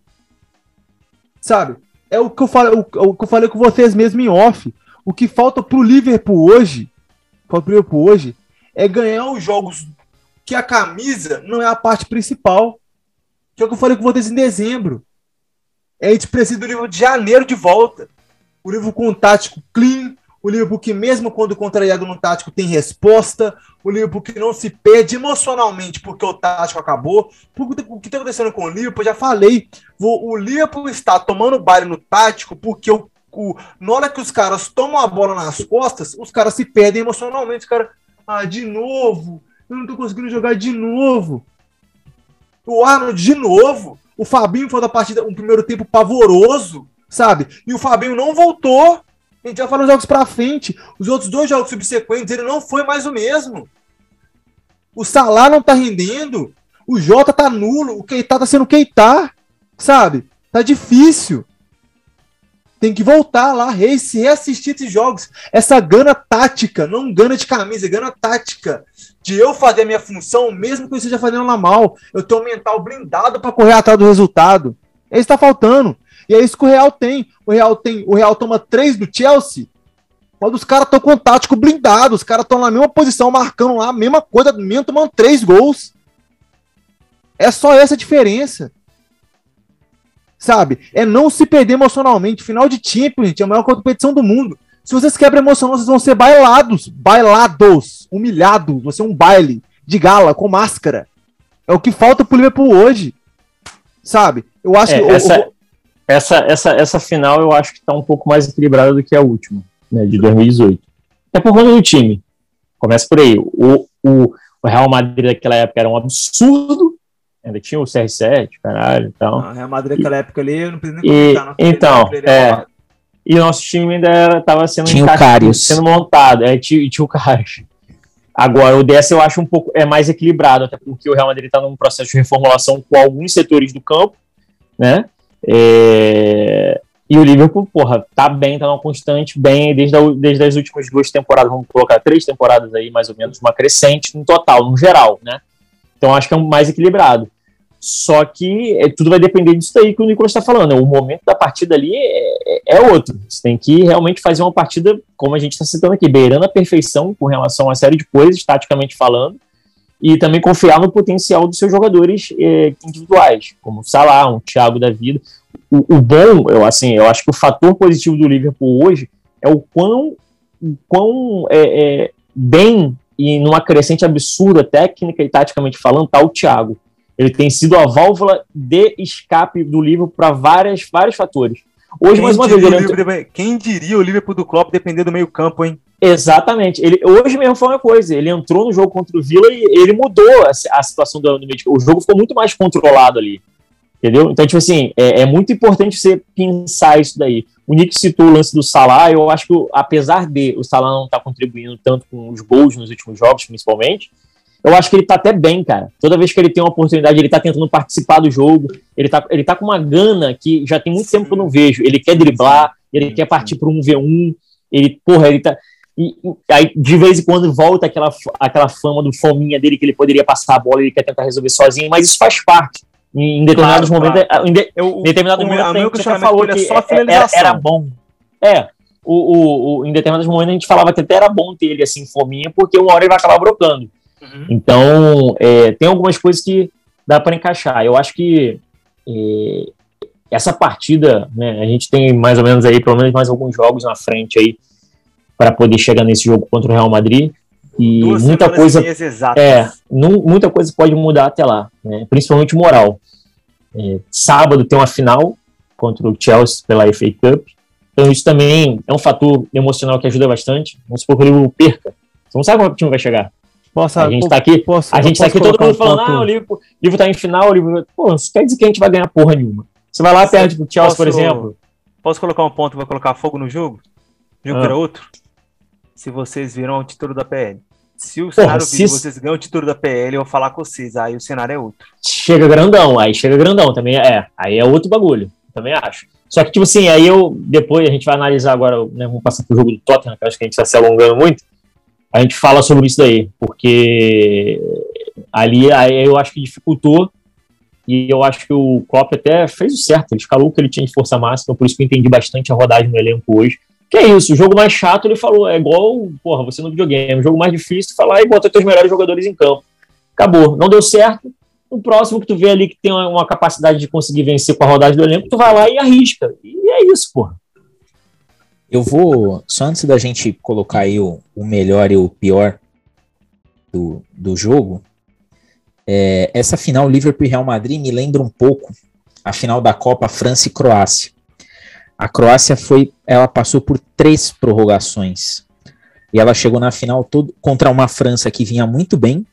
Sabe? É o que eu falei, o, o que eu falei com vocês mesmo em off. O que falta pro Liverpool hoje, falta pro Liverpool hoje, é ganhar os jogos que a camisa não é a parte principal. Que é o que eu falei com vocês em dezembro. A gente precisa do Liverpool de janeiro de volta. O Liverpool com um tático clean, o Liverpool que mesmo quando contrariado no tático tem resposta, o Liverpool que não se perde emocionalmente porque o tático acabou. O que está acontecendo com o Liverpool, eu já falei, o Liverpool está tomando baile no tático porque o, o, na hora que os caras tomam a bola nas costas, os caras se perdem emocionalmente. Os caras, ah, de novo, eu não estou conseguindo jogar de novo. O Arnold de novo, o Fabinho foi da partida, um primeiro tempo pavoroso, sabe? E o Fabinho não voltou. A gente já falou os jogos pra frente. Os outros dois jogos subsequentes, ele não foi mais o mesmo. O Salah não tá rendendo. O Jota tá nulo. O Keita tá sendo Keita. Sabe? Tá difícil. Tem que voltar lá, reassistir esses jogos. Essa gana tática, não gana de camisa, gana tática. De eu fazer a minha função, mesmo que eu esteja fazendo ela mal. Eu tenho um mental blindado pra correr atrás do resultado. É isso que tá faltando. E é isso que o Real tem. O Real tem, o Real toma três do Chelsea, quando os caras estão com o tático blindado, os caras estão na mesma posição, marcando lá a mesma coisa, mesmo tomando três gols. É só essa a diferença. Sabe? É não se perder emocionalmente. Final de Champions, gente, é a maior competição do mundo. Se vocês quebram emocional, vocês vão ser bailados. Bailados. Humilhados. Vai ser um baile de gala, com máscara. É o que falta pro Liverpool hoje. Sabe? Eu acho é, que... Essa... Eu, Essa, essa, essa final eu acho que está um pouco mais equilibrada do que a última, né, de dois mil e dezoito. É por conta do time. Começa por aí. O, o, o Real Madrid daquela época era um absurdo. Ainda tinha o C R sete, caralho. Então. O Real Madrid daquela época ali, eu não preciso nem comentar. Não, então, é. E o nosso time ainda estava sendo, sendo montado. É, tinha, tinha o Karius. Agora, o dessa eu acho um pouco é mais equilibrado, até porque o Real Madrid está num processo de reformulação com alguns setores do campo, né? É... E o Liverpool, porra, tá bem, tá numa constante, bem, desde, a, desde as últimas duas temporadas, vamos colocar três temporadas aí, mais ou menos, uma crescente no total, no geral, né? Então acho que é um mais equilibrado. Só que é, tudo vai depender disso aí que o Nicolas está falando. O momento da partida ali é, é outro. Você tem que realmente fazer uma partida, como a gente está citando aqui, beirando a perfeição com relação a uma série de coisas, taticamente falando, e também confiar no potencial dos seus jogadores é, individuais, como o Salah, um Thiago da vida. O, o bom, eu, assim, eu acho que o fator positivo do Liverpool hoje é o quão, o quão é, é, bem e numa crescente absurda, técnica e taticamente falando, está o Thiago. Ele tem sido a válvula de escape do Liverpool para vários fatores. Hoje, quem mais uma vez... Liverpool, quem diria o Liverpool do Klopp depender do meio campo, hein? Exatamente. Ele, hoje mesmo foi uma coisa, ele entrou no jogo contra o Villa e ele mudou a, a situação do, do meio de campo. O jogo ficou muito mais controlado ali. Entendeu? Então, tipo assim, é, é muito importante você pensar isso daí. O Nick citou o lance do Salah, eu acho que, apesar de o Salah não estar tá contribuindo tanto com os gols nos últimos jogos, principalmente, eu acho que ele tá até bem, cara. Toda vez que ele tem uma oportunidade, ele tá tentando participar do jogo, ele tá, ele tá com uma gana que já tem muito Sim. tempo que eu não vejo. Ele quer driblar, ele Sim. quer partir para um V um, ele, porra, ele tá... E, e aí, de vez em quando, volta aquela, aquela fama do fominha dele, que ele poderia passar a bola, ele quer tentar resolver sozinho, mas isso faz parte. Em, em determinados claro, momentos, claro. Em, de, eu, em determinados o, momentos, o, a gente já falou que era, era bom. É, o, o, o, em determinados momentos a gente falava que até era bom ter ele assim, fominha, porque uma hora ele vai acabar brocando. Uhum. Então, é, tem algumas coisas que dá para encaixar. Eu acho que é, essa partida, né, a gente tem mais ou menos aí, pelo menos mais alguns jogos na frente aí, para poder chegar nesse jogo contra o Real Madrid. E Duas muita coisa é, nu, muita coisa pode mudar até lá, né? Principalmente moral. É, sábado tem uma final contra o Chelsea pela F A Cup, então isso também é um fator emocional que ajuda bastante. Vamos supor que o Liverpool perca, você não sabe como é que o time vai chegar. Posso, a gente está aqui, posso, a gente tá aqui todo mundo um falando, ponto... ah, o Liverpool está em final, o Liverpool... Pô, isso quer dizer que a gente vai ganhar porra nenhuma. Você vai lá, perde pro Chelsea, posso, por exemplo. Posso colocar um ponto, vai colocar fogo no jogo? O jogo ah. era outro? Se vocês viram o título da P L. Se o cenário Porra, se... vocês ganham o título da P L, eu vou falar com vocês. Aí o cenário é outro. Chega grandão, aí chega grandão também. É, aí é outro bagulho. Também acho. Só que, tipo assim, aí eu, depois a gente vai analisar agora, né, vamos passar pro jogo do Tottenham, que acho que a gente está se alongando muito. A gente fala sobre isso daí, porque ali aí eu acho que dificultou. E eu acho que o Klopp até fez o certo. Ele escalou o que ele tinha de força máxima, por isso que eu entendi bastante a rodagem no elenco hoje. Que é isso, o jogo mais chato, ele falou, é igual, porra, você no videogame, o jogo mais difícil, falar e bota teus melhores jogadores em campo. Acabou, não deu certo, no próximo que tu vê ali que tem uma, uma capacidade de conseguir vencer com a rodagem do elenco, tu vai lá e arrisca, e é isso, porra. Eu vou, só antes da gente colocar aí o, o melhor e o pior do, do jogo, é, essa final Liverpool e Real Madrid me lembra um pouco a final da Copa França e Croácia. A Croácia foi, ela passou por três prorrogações e ela chegou na final todo, contra uma França que vinha muito bem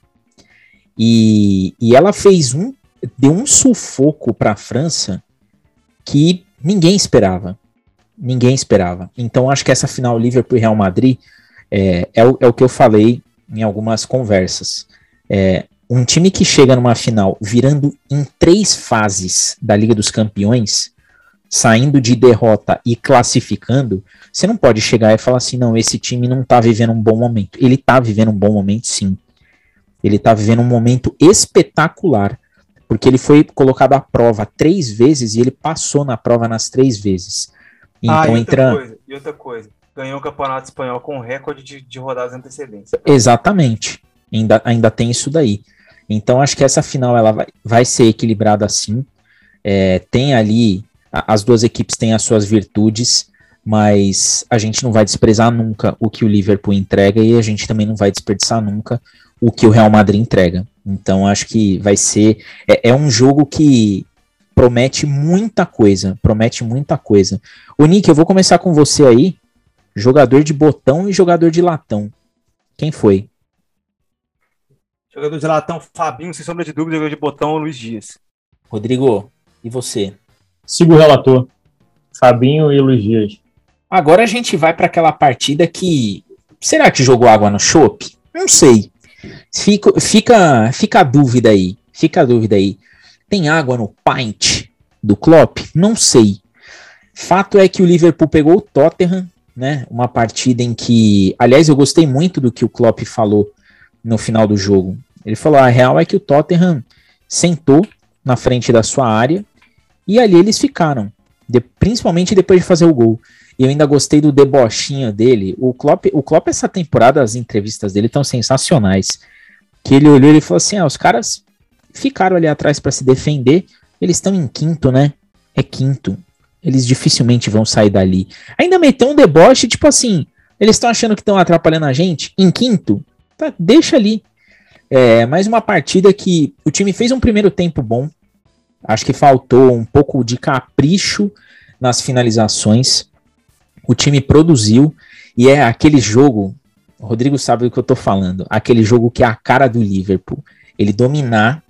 e, e ela fez um, deu um sufoco para a França que ninguém esperava, ninguém esperava. Então acho que essa final Liverpool e Real Madrid é, é, o, é o que eu falei em algumas conversas. É, um time que chega numa final virando em três fases da Liga dos Campeões, saindo de derrota e classificando, você não pode chegar e falar assim, não, esse time não tá vivendo um bom momento. Ele tá vivendo um bom momento, sim. Ele tá vivendo um momento espetacular, porque ele foi colocado à prova três vezes e ele passou na prova nas três vezes. Então, ah, e outra, entra... coisa, e outra coisa, ganhou o Campeonato Espanhol com recorde de, de rodadas antecedentes. Exatamente, ainda, ainda tem isso daí. Então, acho que essa final ela vai, vai ser equilibrada assim. É, tem ali... As duas equipes têm as suas virtudes, mas a gente não vai desprezar nunca o que o Liverpool entrega e a gente também não vai desperdiçar nunca o que o Real Madrid entrega. Então acho que vai ser... É, é um jogo que promete muita coisa, promete muita coisa. Ô Nick, eu vou começar com você aí. Jogador de botão e jogador de latão. Quem foi? Jogador de latão, Fabinho, sem sombra de dúvida. Jogador de botão, Luiz Dias. Rodrigo, e você? Sigo o relator, Fabinho e Luiz Dias. Agora a gente vai para aquela partida que... Será que jogou água no chope? Não sei. Fica, fica, fica a dúvida aí. Fica a dúvida aí. Tem água no pint do Klopp? Não sei. Fato é que o Liverpool pegou o Tottenham, né? Uma partida em que... Aliás, eu gostei muito do que o Klopp falou no final do jogo. Ele falou, a real é que o Tottenham sentou na frente da sua área, e ali eles ficaram, de, principalmente depois de fazer o gol. E eu ainda gostei do debochinho dele. O Klopp, o Klopp essa temporada, as entrevistas dele estão sensacionais. Que ele olhou e ele falou assim, ah, os caras ficaram ali atrás para se defender, eles estão em quinto, né? É quinto. Eles dificilmente vão sair dali. Ainda meteu um deboche, tipo assim, eles estão achando que estão atrapalhando a gente? Em quinto? Tá, deixa ali. É, mais uma partida que o time fez um primeiro tempo bom. Acho que faltou um pouco de capricho nas finalizações. O time produziu. E é aquele jogo, o Rodrigo sabe do que eu tô falando, aquele jogo que é a cara do Liverpool. Ele dominar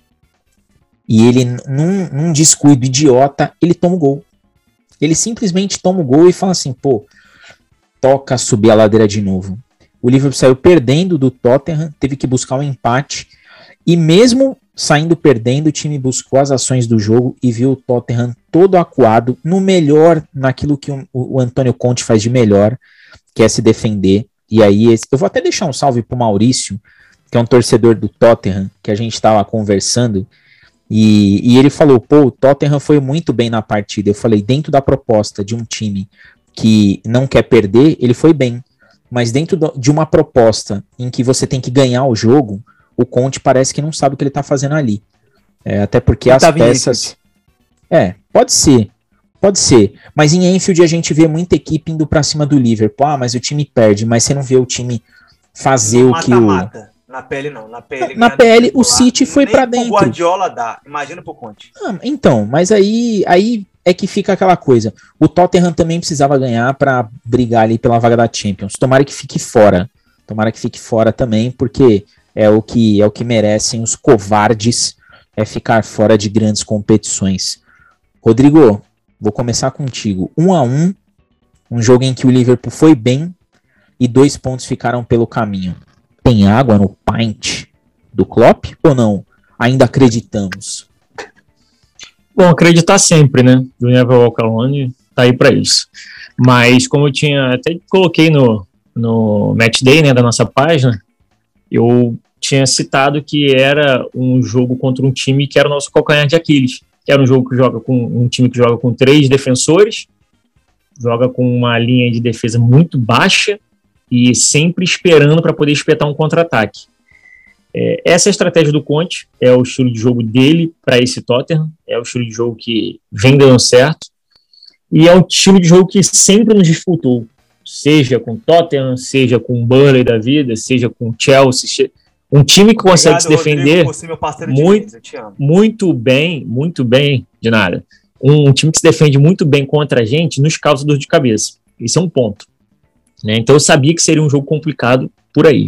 e ele, num, num descuido idiota, ele toma o gol. Ele simplesmente toma o gol e fala assim, pô, toca subir a ladeira de novo. O Liverpool saiu perdendo do Tottenham, teve que buscar um empate, e mesmo saindo perdendo, o time buscou as ações do jogo e viu o Tottenham todo acuado, no melhor, naquilo que o, o Antônio Conte faz de melhor, que é se defender. E aí, esse, eu vou até deixar um salve pro Maurício, que é um torcedor do Tottenham, que a gente estava conversando, e, e ele falou, pô, o Tottenham foi muito bem na partida. Eu falei, dentro da proposta de um time que não quer perder, ele foi bem. Mas dentro do, de uma proposta em que você tem que ganhar o jogo, o Conte parece que não sabe o que ele tá fazendo ali. É, até porque ele as tá peças... É, pode ser. Pode ser. Mas em Anfield a gente vê muita equipe indo pra cima do Liverpool. Ah, mas o time perde. Mas você não vê o time fazer o que o... Na pele não, na pele. Na pele o City foi para dentro. O Guardiola dá, imagina pro Conte. Ah, então, mas aí, aí é que fica aquela coisa. O Tottenham também precisava ganhar para brigar ali pela vaga da Champions. Tomara que fique fora. Tomara que fique fora também, porque é o que é o que merecem os covardes, é ficar fora de grandes competições. Rodrigo, vou começar contigo. Um a um, um jogo em que o Liverpool foi bem e dois pontos ficaram pelo caminho. Tem água no pint do Klopp ou não? Ainda acreditamos? Bom, acreditar sempre, né? Do Never Walk Alone tá aí para isso. Mas como eu tinha, até coloquei no, no Match Day, né, da nossa página, eu tinha citado que era um jogo contra um time que era o nosso calcanhar de Aquiles. Que era um jogo que joga com um time que joga com três defensores, joga com uma linha de defesa muito baixa, e sempre esperando para poder espetar um contra-ataque. É, essa é a estratégia do Conte, é o estilo de jogo dele para esse Tottenham, é o estilo de jogo que vem dando certo, e é um estilo de jogo que sempre nos disputou, seja com Tottenham, seja com o Burnley da vida, seja com o Chelsea, um time que consegue Obrigado, se defender Rodrigo, muito, de muito bem, muito bem, de nada. Um, um time que se defende muito bem contra a gente nos causa dor de cabeça. Esse é um ponto. Né? Então eu sabia que seria um jogo complicado por aí.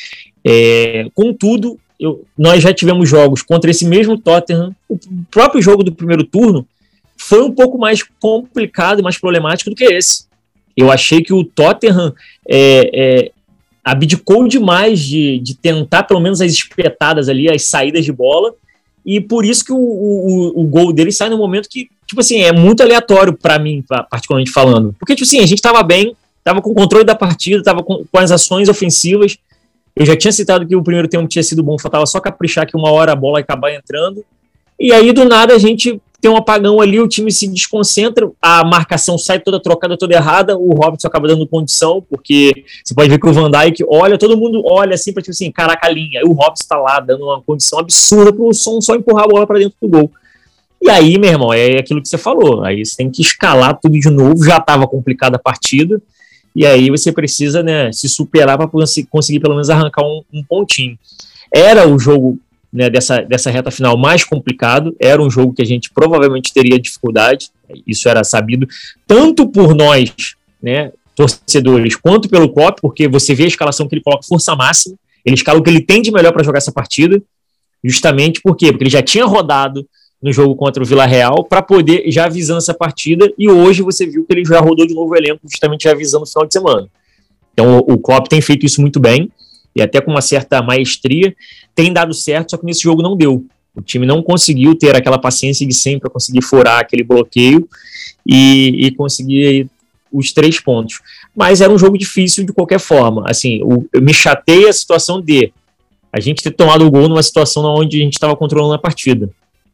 É, contudo, eu, nós já tivemos jogos contra esse mesmo Tottenham. O próprio jogo do primeiro turno foi um pouco mais complicado e mais problemático do que esse. Eu achei que o Tottenham é, é, abdicou demais de, de tentar pelo menos as espetadas ali, as saídas de bola, e por isso que o, o, o gol dele sai no momento que, tipo assim, é muito aleatório para mim, particularmente falando. Porque, tipo assim, a gente tava bem, estava com o controle da partida, estava com, com as ações ofensivas. Eu já tinha citado que o primeiro tempo tinha sido bom, faltava só caprichar que uma hora a bola ia acabar entrando. E aí, do nada, a gente tem um apagão ali, o time se desconcentra, a marcação sai toda trocada, toda errada, o Robson acaba dando condição, porque você pode ver que o Van Dijk olha, todo mundo olha assim, para tipo assim, caraca, a linha. E o Robson tá lá, dando uma condição absurda pro som só empurrar a bola para dentro do gol. E aí, meu irmão, é aquilo que você falou, aí você tem que escalar tudo de novo, já estava complicada a partida, e aí você precisa, né, se superar para conseguir pelo menos arrancar um, um pontinho. Era o jogo, né, dessa, dessa reta final mais complicado, era um jogo que a gente provavelmente teria dificuldade, isso era sabido, tanto por nós, né, torcedores, quanto pelo Klopp, porque você vê a escalação que ele coloca força máxima, ele escala o que ele tem de melhor para jogar essa partida, justamente por quê? Porque ele já tinha rodado no jogo contra o Villarreal, para poder, já visando essa partida, e hoje você viu que ele já rodou de novo o elenco, justamente já visando o final de semana. Então o, o Klopp tem feito isso muito bem, e até com uma certa maestria, tem dado certo, só que nesse jogo não deu. O time não conseguiu ter aquela paciência de sempre para conseguir furar aquele bloqueio e, e conseguir aí os três pontos. Mas era um jogo difícil de qualquer forma. Assim, o, eu me chateia a situação de a gente ter tomado o gol numa situação onde a gente estava controlando a partida.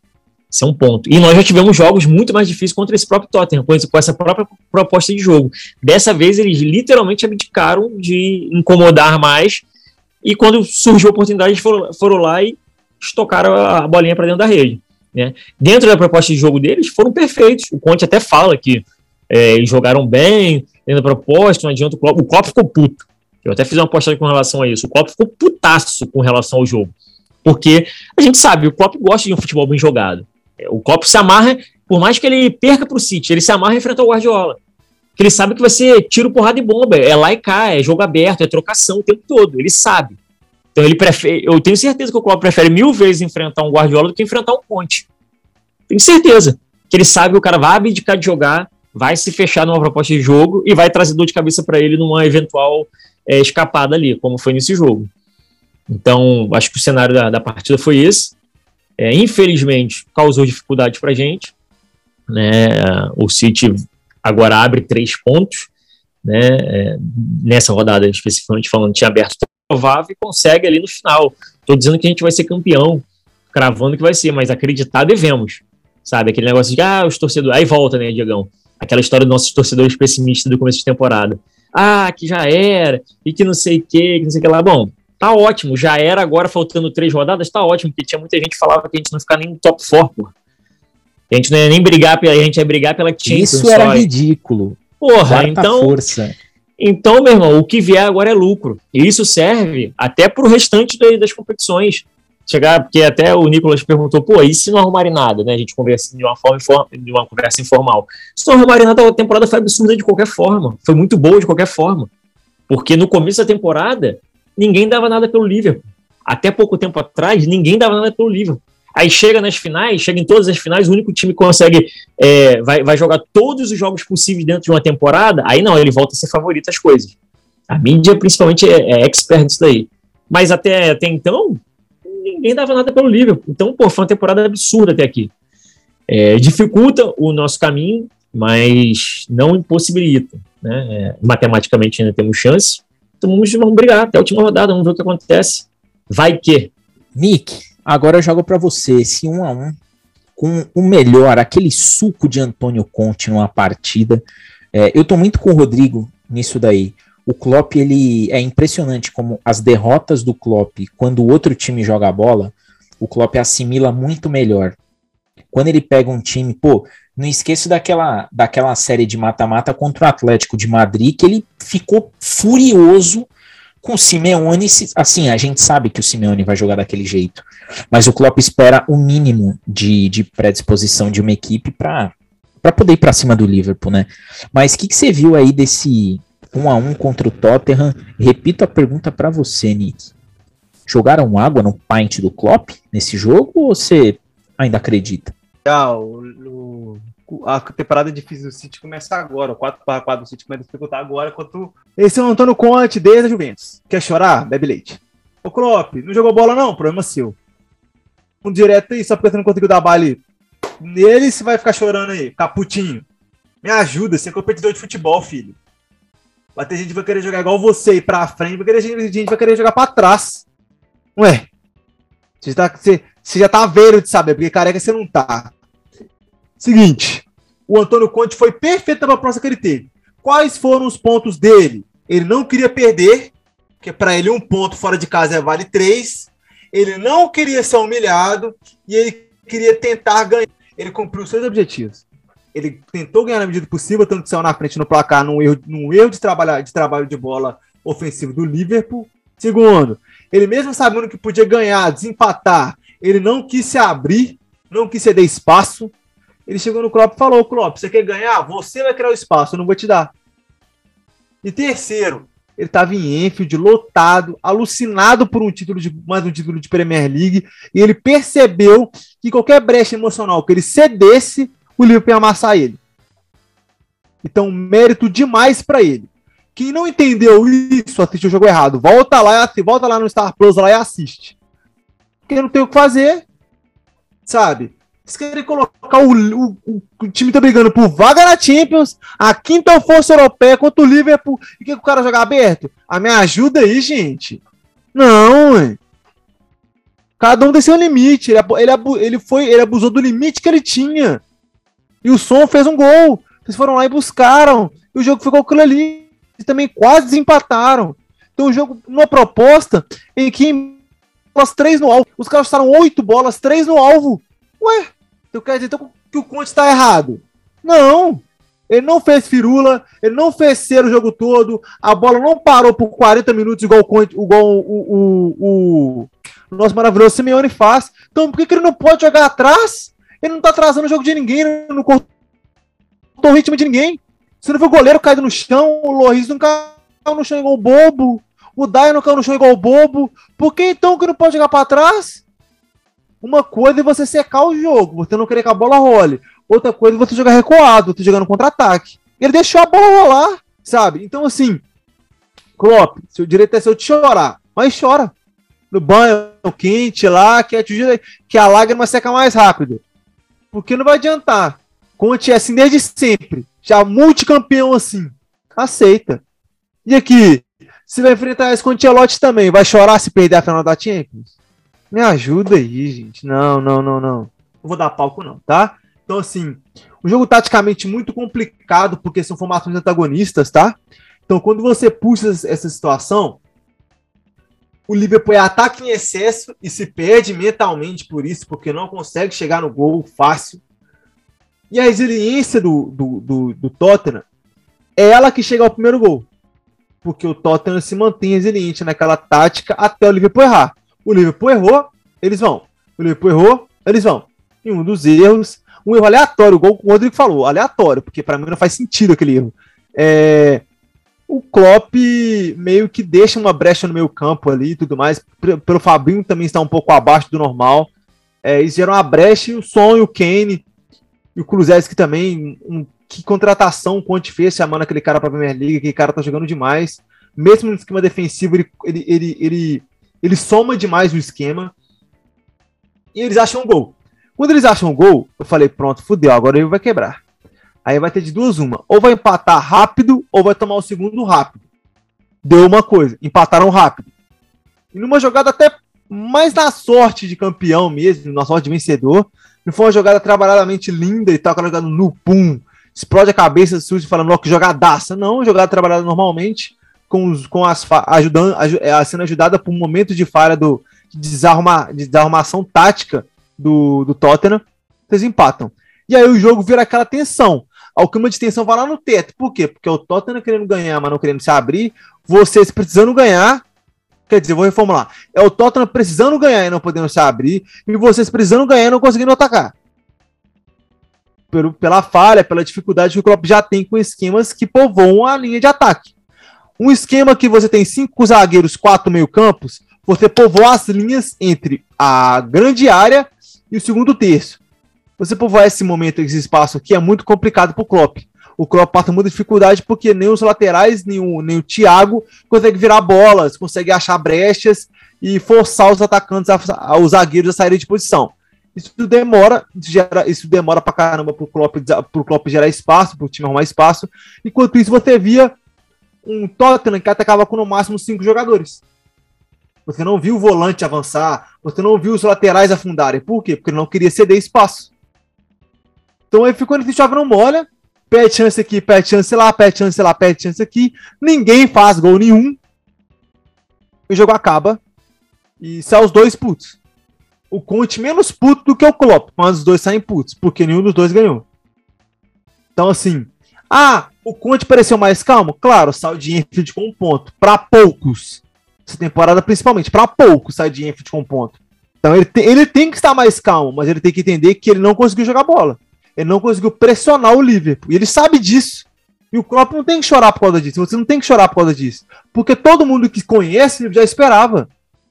Esse é um ponto. E nós já tivemos jogos muito mais difíceis contra esse próprio Tottenham, com essa própria proposta de jogo. Dessa vez, eles literalmente abdicaram de incomodar mais, e quando surgiu a oportunidade, eles foram, foram lá e estocaram a bolinha para dentro da rede. Né? Dentro da proposta de jogo deles, foram perfeitos. O Conte até fala que é, eles jogaram bem, dentro da proposta, não adianta o Klopp. O Klopp ficou puto. Eu até fiz uma postagem com relação a isso. O Klopp ficou putaço com relação ao jogo. Porque a gente sabe, o Klopp gosta de um futebol bem jogado. O Klopp se amarra, por mais que ele perca para o City, ele se amarra e enfrenta o Guardiola. Porque ele sabe que vai ser tiro, porrada e bomba, é lá e cá, é jogo aberto, é trocação o tempo todo, ele sabe. Então ele prefere, eu tenho certeza que o Klopp prefere mil vezes enfrentar um Guardiola do que enfrentar um Conte. Tenho certeza que ele sabe que o cara vai abdicar de jogar, vai se fechar numa proposta de jogo e vai trazer dor de cabeça para ele numa eventual é, escapada ali, como foi nesse jogo. Então, acho que o cenário da, da partida foi esse. É, infelizmente, causou dificuldade para a gente. Né? O City agora abre três pontos. Né? É, nessa rodada, especificamente falando, tinha aberto provável e consegue ali no final. Estou dizendo que a gente vai ser campeão, cravando que vai ser, mas acreditar devemos. Sabe? Aquele negócio de, ah, os torcedores... Aí volta, né, Diegão? Aquela história dos nossos torcedores pessimistas do começo de temporada. Ah, que já era, e que não sei o que, que não sei o que lá. Bom, tá ótimo, já era, agora faltando três rodadas, tá ótimo, porque tinha muita gente que falava que a gente não ia ficar nem no top quatro, pô. A gente não ia nem brigar, a gente ia brigar pela Champions. Isso era ridículo. Porra, Quarta então... força. Então, meu irmão, o que vier agora é lucro. E isso serve até pro restante das competições. Chegar, porque até o Nicolas perguntou, pô, e se não arrumarem nada, né? A gente conversa de uma forma de uma conversa informal. Se não arrumarem nada, a temporada foi absurda de qualquer forma. Foi muito boa de qualquer forma. Porque no começo da temporada, ninguém dava nada pelo Liverpool. Até pouco tempo atrás, ninguém dava nada pelo Liverpool. Aí chega nas finais, chega em todas as finais, o único time que consegue, é, vai, vai jogar todos os jogos possíveis dentro de uma temporada, aí não, ele volta a ser favorito às coisas. A mídia, principalmente, é, é expert nisso daí. Mas até, até então, ninguém dava nada pelo Liverpool. Então, pô, foi uma temporada absurda até aqui. É, dificulta o nosso caminho, mas não impossibilita. Né? É, matematicamente ainda temos chance. Então vamos, vamos brigar até a última rodada, vamos ver o que acontece. Vai que. Nick, agora eu jogo pra você esse um a um com o melhor, aquele suco de Antônio Conte numa partida. É, eu tô muito com o Rodrigo nisso daí. O Klopp, ele é impressionante como as derrotas do Klopp, quando o outro time joga a bola, o Klopp assimila muito melhor. Quando ele pega um time, pô, não esqueço daquela, daquela série de mata-mata contra o Atlético de Madrid, que ele ficou furioso com o Simeone. Assim, a gente sabe que o Simeone vai jogar daquele jeito, mas o Klopp espera o mínimo de, de predisposição de uma equipe para poder ir para cima do Liverpool, né? Mas o que, que você viu aí desse um a um contra o Tottenham? Repito a pergunta para você, Nick. Jogaram água no pint do Klopp nesse jogo ou você ainda acredita? Ah, o, o, a temporada difícil do City começa agora. O quatro barra quatro do City começa a dificultar agora. Enquanto esse é o Antônio Conte desde a Juventus. Quer chorar? Bebe leite. Ô Klopp, não jogou bola não? Problema seu. Um direto aí, só porque você não conseguiu dar baile nele, você vai ficar chorando aí. Caputinho. Me ajuda, você é competidor de futebol, filho. Vai ter gente que vai querer jogar igual você ir pra frente, vai querer gente, gente vai querer jogar pra trás. Ué, você, tá, você, você já tá velho de saber, porque careca você não tá. Seguinte, o Antônio Conte foi perfeito na proposta que ele teve. Quais foram os pontos dele? Ele não queria perder, porque pra ele um ponto fora de casa vale três. Ele não queria ser humilhado e ele queria tentar ganhar. Ele cumpriu os seus objetivos. Ele tentou ganhar na medida possível, tanto que saiu na frente no placar num erro, num erro de, trabalhar, de trabalho de bola ofensivo do Liverpool. Segundo, ele mesmo sabendo que podia ganhar, desempatar, ele não quis se abrir, não quis ceder espaço. Ele chegou no Klopp e falou: Klopp, você quer ganhar? Você vai criar o espaço, eu não vou te dar. E terceiro, ele estava em Anfield, lotado, alucinado por um título de, mais um título de Premier League, e ele percebeu que qualquer brecha emocional que ele cedesse, o Liverpool ia amassar ele. Então, mérito demais para ele. Quem não entendeu isso, assistiu o jogo errado. Volta lá, volta lá no Star Plus lá e assiste. Porque não tem o que fazer, sabe? Vocês querem colocar o, o, o time tá brigando por vaga na Champions, a quinta força europeia contra o Liverpool, e que o cara jogar aberto? Ah, me ajuda aí, gente. Não, ué. Cada um tem seu limite. Ele, ele, ele, foi, ele abusou do limite que ele tinha. E o Son fez um gol. Vocês foram lá e buscaram. E o jogo ficou aquilo ali. E também quase desempataram. Então o jogo, uma proposta em que bolas três no alvo. Os caras chutaram oito bolas, três no alvo. Ué, então quer dizer então, que o Conte está errado? Não. Ele não fez firula, ele não fez ser o jogo todo, a bola não parou por quarenta minutos igual o, Conte, igual o, o, o, o nosso maravilhoso Simeone faz. Então por que, que ele não pode jogar atrás? Ele não tá atrasando o jogo de ninguém, ele não cortou o ritmo de ninguém. Você não viu o goleiro caído no chão, o Loris não caiu no chão igual o bobo, o Dyer não caiu no chão igual o bobo. Por que então que não pode jogar para trás? Uma coisa é você secar o jogo, você não querer que a bola role. Outra coisa é você jogar recuado, você jogando contra-ataque. Ele deixou a bola rolar, sabe? Então, assim, Klopp, seu direito é seu de chorar, mas chora. No banho quente lá, que a, que a lágrima seca mais rápido. Porque não vai adiantar. Conte é assim desde sempre. Já multicampeão assim. Aceita. E aqui, se vai enfrentar esse com o Ancelotti também, vai chorar se perder a final da Champions? Me ajuda aí, gente. Não, não, não, não. Não vou dar palco não, tá? Então, assim, um jogo taticamente muito complicado, porque são formações antagonistas, tá? Então, quando você puxa essa situação, o Liverpool ataca em excesso e se perde mentalmente por isso, porque não consegue chegar no gol fácil. E a resiliência do, do, do, do Tottenham é ela que chega ao primeiro gol. Porque o Tottenham se mantém resiliente naquela tática até o Liverpool errar. O Liverpool errou, eles vão. O Liverpool errou, eles vão. E um dos erros, um erro aleatório, o gol que o Rodrigo falou, aleatório, porque para mim não faz sentido aquele erro. É... O Klopp meio que deixa uma brecha no meio campo ali e tudo mais, pelo Fabinho também está um pouco abaixo do normal. É, eles geram uma brecha e o Son e o Kane e o Kulusevski também, um, que contratação o Conte fez chamando aquele cara para a Premier League, aquele cara tá jogando demais. Mesmo no esquema defensivo, ele, ele, ele, ele, ele soma demais o esquema. E eles acham um gol. Quando eles acham um gol, eu falei, pronto, fudeu, agora ele vai quebrar. Aí vai ter de duas uma. Ou vai empatar rápido, ou vai tomar o segundo rápido. Deu uma coisa, empataram rápido. E numa jogada até mais na sorte de campeão mesmo, na sorte de vencedor, não foi uma jogada trabalhadamente linda e tal, aquela jogada no pum, explode a cabeça, surge falando, ó, que jogadaça. Não, jogada trabalhada normalmente, com, os, com as ajudando, a, sendo ajudada por um momento de falha do, de, desarruma, de desarrumação tática do, do Tottenham, vocês empatam. E aí o jogo vira aquela tensão. O clima de tensão vai lá no teto. Por quê? Porque o Tottenham querendo ganhar, mas não querendo se abrir, vocês precisando ganhar. Quer dizer, vou reformular. É o Tottenham precisando ganhar e não podendo se abrir, e vocês precisando ganhar e não conseguindo atacar. Pelo, pela falha, pela dificuldade que o Klopp já tem com esquemas que povoam a linha de ataque. Um esquema que você tem cinco zagueiros, quatro meio-campos, você povoa as linhas entre a grande área e o segundo terço. Você povoar esse momento, esse espaço aqui, é muito complicado para o Klopp. O Klopp passa muita dificuldade porque nem os laterais, nem o, nem o Thiago consegue virar bolas, consegue achar brechas e forçar os atacantes, a, a, os zagueiros a saírem de posição. Isso demora, gera, isso demora pra caramba pro Klopp, pro Klopp gerar espaço, pro time arrumar espaço. Enquanto isso, você via um Tottenham que atacava com no máximo cinco jogadores. Você não viu o volante avançar, você não viu os laterais afundarem. Por quê? Porque ele não queria ceder espaço. Então aí ficou nesse chove não molha, perde chance aqui, perde chance lá, perde chance lá, perde chance aqui, ninguém faz gol nenhum, o jogo acaba e sai os dois putos. O Conte menos puto do que o Klopp, mas os dois saem putos, porque nenhum dos dois ganhou. Então assim, ah, o Conte pareceu mais calmo? Claro, saiu de Anfield com um ponto, para poucos, essa temporada principalmente, para poucos sai de Anfield com um ponto. Então ele tem, ele tem que estar mais calmo, mas ele tem que entender que ele não conseguiu jogar bola. Ele não conseguiu pressionar o Liverpool. E ele sabe disso. E o Klopp não tem que chorar por causa disso. Você não tem que chorar por causa disso. Porque todo mundo que conhece já esperava.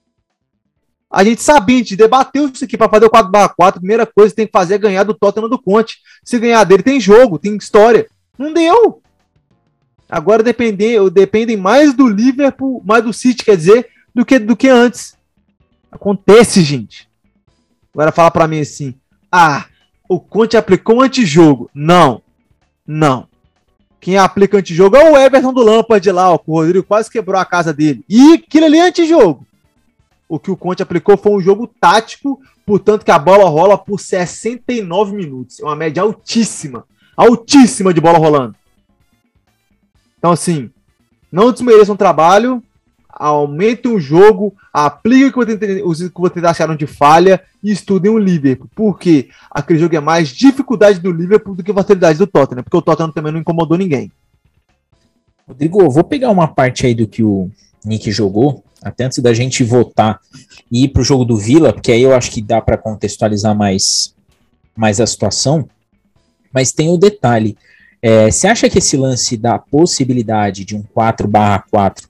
A gente sabia, a gente debateu isso aqui para fazer o quatro barra quatro. A primeira coisa que tem que fazer é ganhar do Tottenham do Conte. Se ganhar dele, tem jogo, tem história. Não deu. Agora dependem, dependem mais do Liverpool, mais do City, quer dizer, do que, do que antes. Acontece, gente. Agora fala para mim assim. Ah, o Conte aplicou um antijogo. Não. Não. Quem aplica antijogo é o Everton do Lampard lá, ó, o Rodrigo quase quebrou a casa dele. E aquilo ali é antijogo. o que o Conte aplicou foi um jogo tático, portanto que a bola rola por sessenta e nove minutos. É uma média altíssima, altíssima de bola rolando. Então assim, não desmereçam o trabalho, aumentem o jogo, apliquem o que vocês acharam de falha e estudem o Liverpool. Porque aquele jogo é mais dificuldade do Liverpool do que facilidade do Tottenham, porque o Tottenham também não incomodou ninguém. Rodrigo, eu vou pegar uma parte aí do que o Nick jogou, até antes da gente votar e ir pro jogo do Villa, porque aí eu acho que dá para contextualizar mais, mais a situação, mas tem o detalhe. É, você acha que esse lance da possibilidade de um quatro barra quatro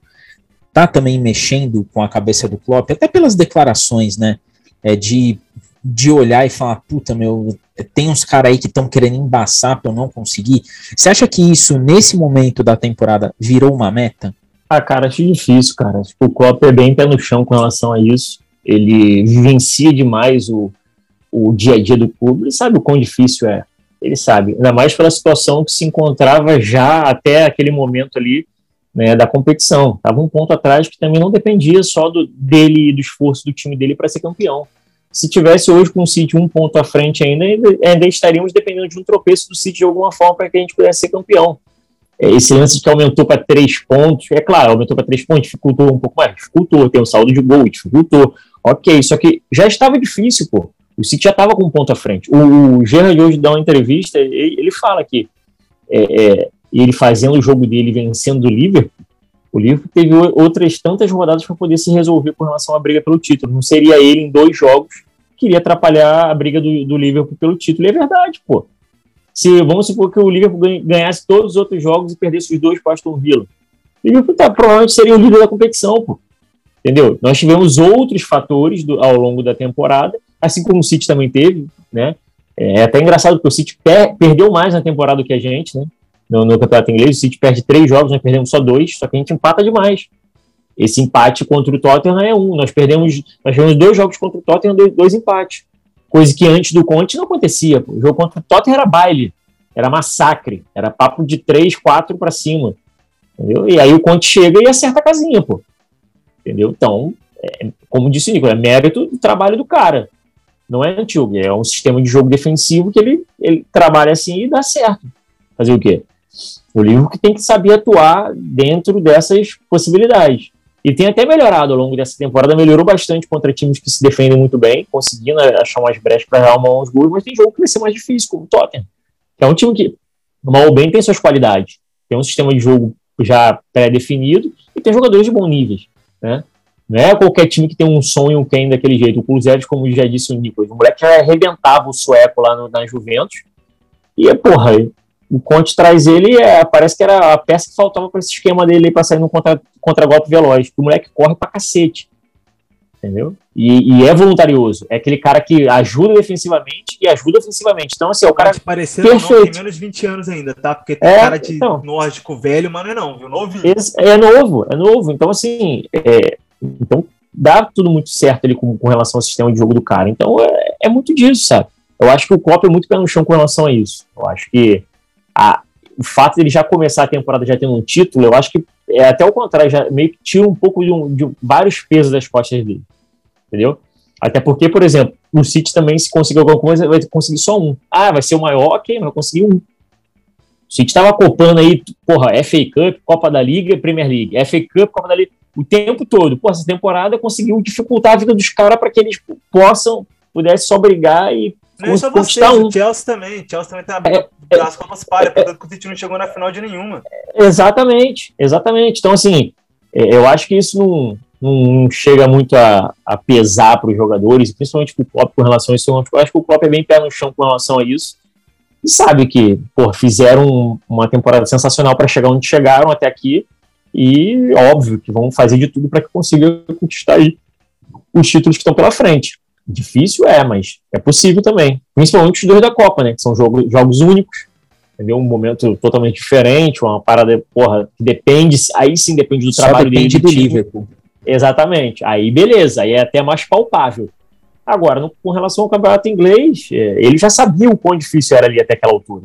tá também mexendo com a cabeça do Klopp, até pelas declarações, né, é, de, de olhar e falar, puta, meu, tem uns caras aí que estão querendo embaçar pra eu não conseguir. Você acha que isso, nesse momento da temporada, virou uma meta? Ah, cara, acho difícil, cara. Tipo, o Klopp é bem pé no chão com relação a isso. Ele vivencia demais o, o dia a dia do clube. Ele sabe o quão difícil é. Ele sabe. Ainda mais pela situação que se encontrava já até aquele momento ali, né, da competição. Estava um ponto atrás que também não dependia só do, dele e do esforço do time dele para ser campeão. Se tivesse hoje com o City um ponto à frente ainda, ainda, ainda estaríamos dependendo de um tropeço do City de alguma forma para que a gente pudesse ser campeão. Esse lance que aumentou para três pontos, é claro, aumentou para três pontos, dificultou um pouco mais, dificultou, tem um saldo de gol, dificultou. Ok, só que já estava difícil, pô. O City já estava com um ponto à frente. O, o Gerrard hoje dá uma entrevista, ele, ele fala que é, é, ele fazendo o jogo dele, vencendo o Liverpool, o Liverpool teve outras tantas rodadas para poder se resolver com relação à briga pelo título. Não seria ele em dois jogos que iria atrapalhar a briga do, do Liverpool pelo título. E é verdade, pô. Se, vamos supor que o Liverpool ganhasse todos os outros jogos e perdesse os dois para o Aston Villa. O Liverpool tá, provavelmente seria o líder da competição, pô. Entendeu? Nós tivemos outros fatores do, ao longo da temporada, assim como o City também teve, né? É até engraçado porque o City per, perdeu mais na temporada do que a gente, né? No, no campeonato inglês, o City perde três jogos, nós perdemos só dois, só que a gente empata demais. Esse empate contra o Tottenham é um. Nós perdemos, nós tivemos dois jogos contra o Tottenham, dois, dois empates. Coisa que antes do Conte não acontecia. Pô. O jogo contra o Tottenham era baile, era massacre, era papo de três, quatro para cima. Entendeu? E aí o Conte chega e acerta a casinha, pô. Entendeu? Então, é, como disse o Nico, é mérito do trabalho do cara. Não é antigo, é um sistema de jogo defensivo que ele, ele trabalha assim e dá certo. Fazer o quê? O Liverpool que tem que saber atuar dentro dessas possibilidades. E tem até melhorado ao longo dessa temporada, melhorou bastante contra times que se defendem muito bem, conseguindo achar umas brechas para arrumar uns gols, mas tem jogo que vai ser mais difícil, como o Tottenham. É um time que, mal ou bem, tem suas qualidades. Tem um sistema de jogo já pré-definido e tem jogadores de bom nível, né? Não é qualquer time que tem um som e um Kane daquele jeito. O Kulusevski, como já disse o Nicolas, o moleque já arrebentava o sueco lá no, na Juventus. E, porra, o Conte traz ele, é, parece que era a peça que faltava para esse esquema dele para sair no contra, contra-golpe veloz. O moleque corre pra cacete. Entendeu? E, e é voluntarioso. É aquele cara que ajuda defensivamente e ajuda ofensivamente. Então, assim, é o cara parecendo perfeito. Não, tem menos de vinte anos ainda, tá? Porque tem é, cara de então, nórdico velho, mas não é não, viu? Novinho. É, é novo, é novo. Então, assim, é, então dá tudo muito certo ali com, com relação ao sistema de jogo do cara. Então, é, é muito disso, sabe? Eu acho que o Klopp é muito pé no chão com relação a isso. Eu acho que a, o fato dele já começar a temporada já tendo um título, eu acho que é até o contrário, já meio que tira um pouco de, um, de vários pesos das costas dele. Entendeu? Até porque, por exemplo, o City também, se conseguir alguma coisa, vai conseguir só um. Ah, vai ser o maior, ok, mas vai conseguir um. O City tava copando aí, porra, F A Cup, Copa da Liga, Premier League, F A Cup, Copa da Liga, o tempo todo. Pô, essa temporada conseguiu dificultar a vida dos caras para que eles possam, pudessem só brigar e não é só vocês, um. o Chelsea também. O Chelsea também tá é, as Copas Palha, é, porque o City não chegou na final de nenhuma. Exatamente, exatamente. Então, assim, eu acho que isso não, não chega muito a, a pesar para os jogadores, principalmente para o Klopp com relação a isso. Eu acho que o Klopp é bem pé no chão com relação a isso. E sabe que, porra, fizeram uma temporada sensacional para chegar onde chegaram até aqui. E óbvio que vão fazer de tudo para que consigam conquistar aí os títulos que estão pela frente. Difícil é, mas é possível também. Principalmente os dois da Copa, né? Que são jogo, jogos únicos. Entendeu? Um momento totalmente diferente, uma parada, porra, que depende, aí sim depende do Só trabalho depende dele. do Liverpool. Exatamente. Aí beleza, aí é até mais palpável. Agora, no, com relação ao campeonato inglês, é, ele já sabia o quão difícil era ali até aquela altura.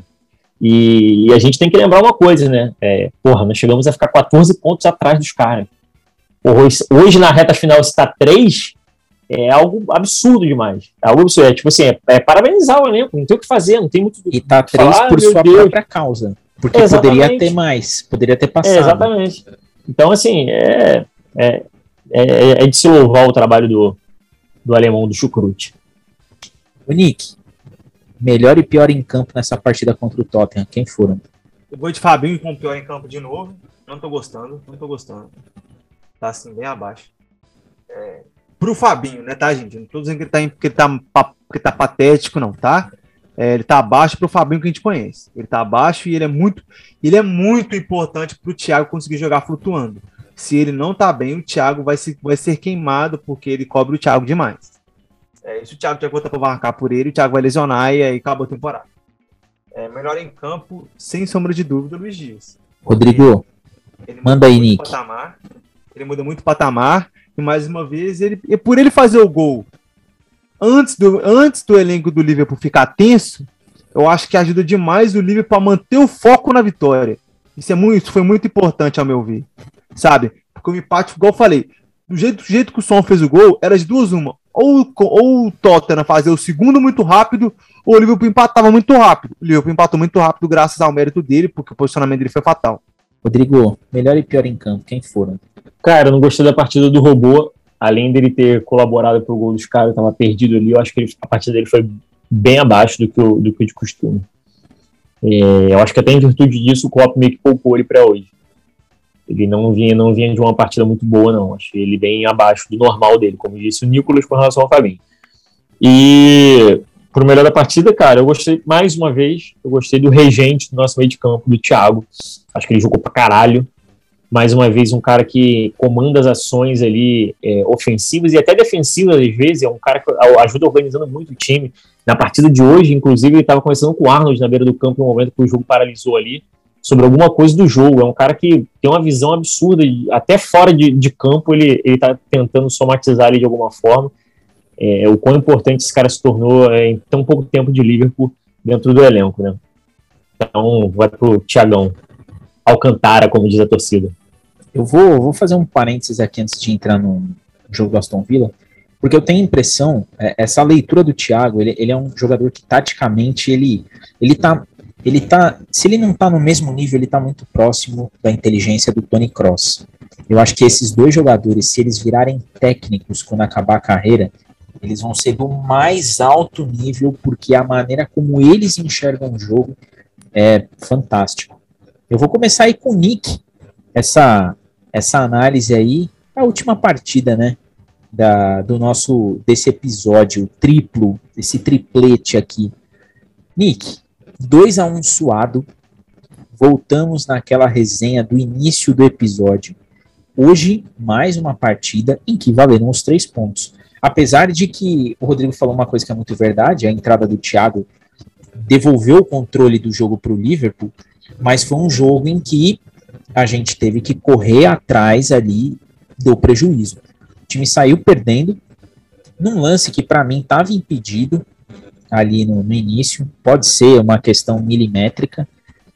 E, e a gente tem que lembrar uma coisa, né? É, porra, nós chegamos a ficar quatorze pontos atrás dos caras. Porra, hoje, hoje na reta final está três. é algo absurdo demais. É algo absurdo. É tipo assim, é, é parabenizar o elenco, não tem o que fazer, não tem muito. E tá três por ah, sua Deus. própria causa. Porque Exatamente. Poderia ter mais, poderia ter passado. É, exatamente. Então, assim, é, é, é, é de se louvar o trabalho do, do alemão, do Chucrute. O Nick, melhor e pior em campo nessa partida contra o Tottenham, quem foram? Eu vou de Fabinho com o pior em campo de novo. Não tô gostando, não tô gostando. Tá assim, bem abaixo. É, pro Fabinho, né, tá, gente? Não tô dizendo que ele tá, que ele tá, que ele tá patético, não, tá? É, ele tá abaixo pro Fabinho que a gente conhece. Ele tá abaixo e ele é muito, ele é muito importante pro Thiago conseguir jogar flutuando. Se ele não tá bem, o Thiago vai, se, vai ser queimado porque ele cobre o Thiago demais. É, se o Thiago tiver conta pra marcar por ele, o Thiago vai lesionar e aí acabou a temporada. É, melhor em campo, sem sombra de dúvida, o Luiz Dias. Rodrigo, ele, ele manda aí, Nick. Patamar, ele muda muito o patamar e mais uma vez, ele, e por ele fazer o gol Antes do, antes do elenco do Liverpool ficar tenso, eu acho que ajuda demais o Liverpool a manter o foco na vitória. Isso, é muito, isso foi muito importante, ao meu ver. Sabe? Porque o empate, igual eu falei, do jeito, do jeito que o Son fez o gol, era de duas uma. Ou, ou o Tottenham fazia o segundo muito rápido, ou o Liverpool empatava muito rápido. O Liverpool empatou muito rápido graças ao mérito dele, porque o posicionamento dele foi fatal. Rodrigo, melhor e pior em campo, quem foram? Cara, eu não gostei da partida do Robô. Além dele ter colaborado pro gol dos caras, estava perdido ali, eu acho que ele, a partida dele foi bem abaixo do que, o, do que de costume. É, eu acho que até em virtude disso o Klopp meio que poupou ele para hoje. Ele não vinha, não vinha de uma partida muito boa, não. Achei ele bem abaixo do normal dele, como disse o Nicolas com relação ao Fabinho. E pro melhor da partida, cara, eu gostei, mais uma vez, eu gostei do regente do nosso meio de campo, do Thiago. Acho que ele jogou pra caralho. Mais uma vez, um cara que comanda as ações ali é, ofensivas e até defensivas, às vezes, é um cara que ajuda organizando muito o time. Na partida de hoje, inclusive, ele estava conversando com o Arnold na beira do campo no momento que o jogo paralisou ali, sobre alguma coisa do jogo. É um cara que tem uma visão absurda, até fora de, de campo ele está tentando somatizar ali de alguma forma. É, o quão importante esse cara se tornou é, em tão pouco tempo de Liverpool dentro do elenco, né? Então, vai pro Thiagão. Alcantara, como diz a torcida. Eu vou, vou fazer um parênteses aqui antes de entrar no jogo do Aston Villa, porque eu tenho a impressão, é, essa leitura do Thiago, ele, ele é um jogador que taticamente, ele, ele tá, ele tá, se ele não tá no mesmo nível, ele tá muito próximo da inteligência do Toni Kroos. Eu acho que esses dois jogadores, se eles virarem técnicos quando acabar a carreira, eles vão ser do mais alto nível, porque a maneira como eles enxergam o jogo é fantástico. Eu vou começar aí com o Nick, essa... essa análise aí, a última partida, né, da, do nosso, desse episódio triplo, esse triplete aqui. Nick, dois a um suado, voltamos naquela resenha do início do episódio. Hoje, mais uma partida em que valeram os três pontos. Apesar de que o Rodrigo falou uma coisa que é muito verdade, a entrada do Thiago devolveu o controle do jogo para o Liverpool, mas foi um jogo em que a gente teve que correr atrás ali do prejuízo. O time saiu perdendo num lance que para mim estava impedido ali no, no início. Pode ser uma questão milimétrica,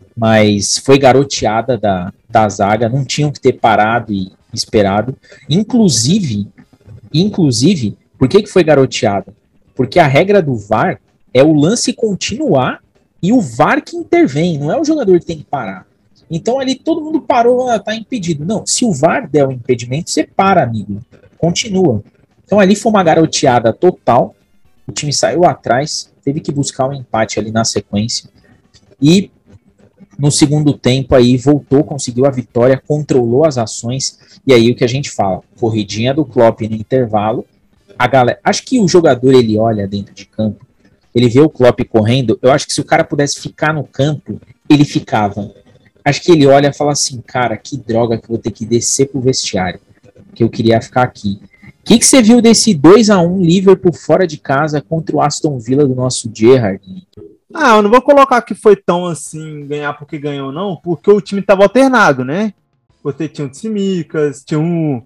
mas foi garoteada da, da zaga, não tinham que ter parado e esperado. Inclusive, inclusive, por que, que foi garoteada? Porque a regra do V A R é o lance continuar e o V A R que intervém, não é o jogador que tem que parar. Então ali todo mundo parou, ah, tá impedido. Não, se o V A R der o impedimento, você para, amigo. Continua. Então ali foi uma garoteada total. O time saiu atrás, teve que buscar um empate ali na sequência. E no segundo tempo aí voltou, conseguiu a vitória, controlou as ações. E aí o que a gente fala, corridinha do Klopp no intervalo. A galera, acho que o jogador ele olha dentro de campo, ele vê o Klopp correndo. Eu acho que se o cara pudesse ficar no campo, ele ficava. Acho que ele olha e fala assim, cara, que droga que eu vou ter que descer pro vestiário, que eu queria ficar aqui. O que, que você viu desse dois a um Liverpool fora de casa contra o Aston Villa do nosso Gerrard? Ah, eu não vou colocar que foi tão assim, ganhar porque ganhou não, porque o time tava alternado, né? Você tinha o Tsimikas, tinha um,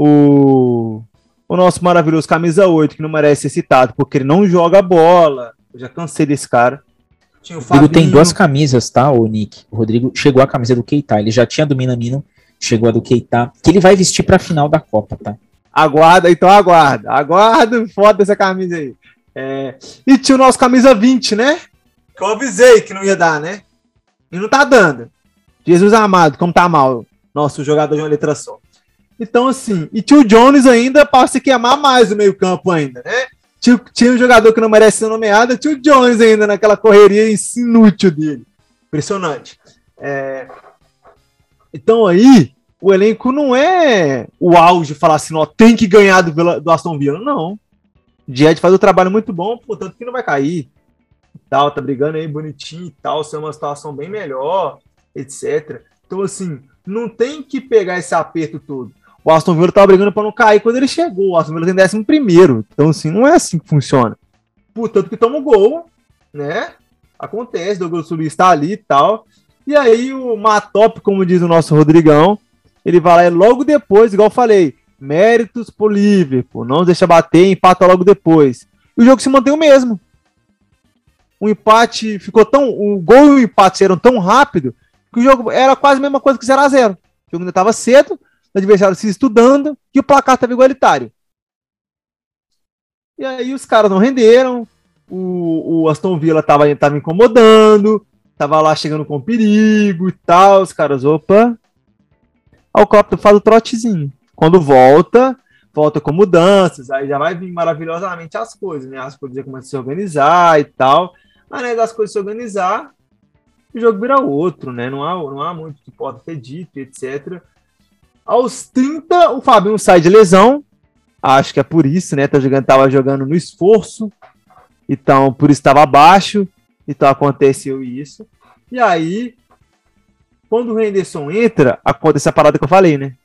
o, o nosso maravilhoso camisa oito, que não merece ser citado, porque ele não joga bola. Eu já cansei desse cara. O Rodrigo tem duas camisas, tá, o Nick? O Rodrigo chegou a camisa do Keita, ele já tinha do Minamino, chegou a do Keita, que ele vai vestir pra final da Copa, tá? Aguarda, então aguarda. Aguarda, foda essa camisa aí. É... E tinha o nosso camisa vinte, né? Que eu avisei que não ia dar, né? E não tá dando. Jesus amado, como tá mal. Nosso jogador de uma letra só. Então, assim, e tinha o Jones ainda para se queimar mais no meio campo ainda, né? Tinha, tinha um jogador que não merece ser nomeado, tinha o Jones ainda naquela correria inútil dele. Impressionante. É... Então aí, o elenco não é o auge de falar assim, ó, tem que ganhar do, do Aston Villa. Não. O Died faz um trabalho muito bom, portanto que não vai cair. Tal, tá brigando aí bonitinho e tal, ser uma situação bem melhor, etcétera. Então, assim, não tem que pegar esse aperto todo. O Aston Villa tava brigando para não cair quando ele chegou. O Aston Villa tem décimo primeiro. Então, assim, não é assim que funciona. Portanto que toma um gol, né? Acontece, o Douglas Luiz tá ali e tal. E aí o Matop, como diz o nosso Rodrigão, ele vai lá e logo depois, igual eu falei, méritos pro Liverpool, não deixa bater, empata logo depois. E o jogo se mantém o mesmo. O empate ficou tão... O gol e o empate eram tão rápido que o jogo era quase a mesma coisa que zero a zero. O jogo ainda estava cedo, o adversário se estudando e o placar estava igualitário. E aí os caras não renderam, o, o Aston Villa estava tava incomodando, tava lá chegando com perigo e tal, os caras, opa... Aí o Klopp faz o trotezinho. Quando volta, volta com mudanças, aí já vai vir maravilhosamente as coisas, né? As coisas já começam a se organizar e tal. Mas né, das coisas se organizar, o jogo vira outro, né? Não há, não há muito que pode ter dito, etcétera. Aos trinta, o Fabinho sai de lesão. Acho que é por isso, né? Tá jogando, tava jogando no esforço. Então, por isso estava abaixo. Então aconteceu isso. E aí... Quando o Henderson entra, acontece a parada que eu falei, né?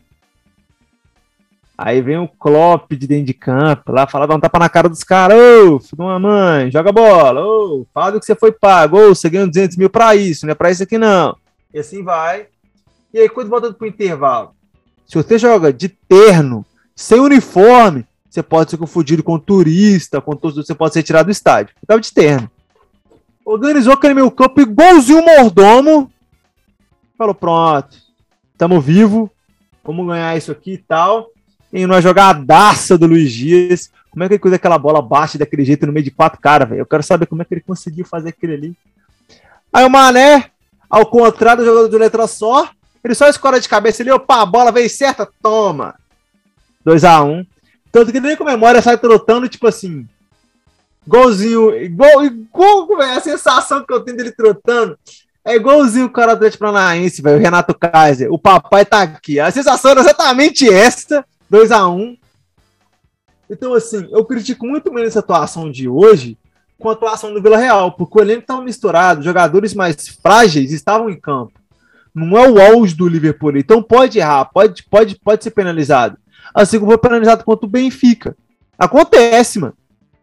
Aí vem o Klopp de dentro de campo, lá falar, dá um tapa na cara dos caras, ô, filho de uma mãe, joga bola, ô, fala do que você foi pago, ô, você ganhou duzentos mil pra isso, não é pra isso aqui não. E assim vai. E aí quando volta pro intervalo, se você joga de terno, sem uniforme, você pode ser confundido com turista, com todos, você pode ser tirado do estádio. Eu tava de terno. Organizou aquele meio campo igualzinho o mordomo. Falou, pronto, tamo vivo, vamos ganhar isso aqui e tal. E numa jogadaça do Luiz Dias. Como é que ele cuida aquela bola baixa daquele jeito no meio de quatro caras, velho? Eu quero saber como é que ele conseguiu fazer aquele ali. Aí o Mané, ao contrário do jogador de letra só, ele só escora de cabeça ali, opa, a bola veio certa, toma. dois a um. Tanto que nem comemora, sai trotando, tipo assim, golzinho, igual, igual, véio, a sensação que eu tenho dele trotando. É igualzinho o cara do Atlético Paranaense, velho, o Renato Kaiser. O papai tá aqui. A sensação era exatamente essa, dois a um. Então, assim, eu critico muito menos essa atuação de hoje com a atuação do Vila Real, porque o elenco estava misturado, jogadores mais frágeis estavam em campo. Não é o auge do Liverpool, então pode errar, pode, pode, pode ser penalizado. Assim como foi penalizado contra o Benfica. Acontece, mano.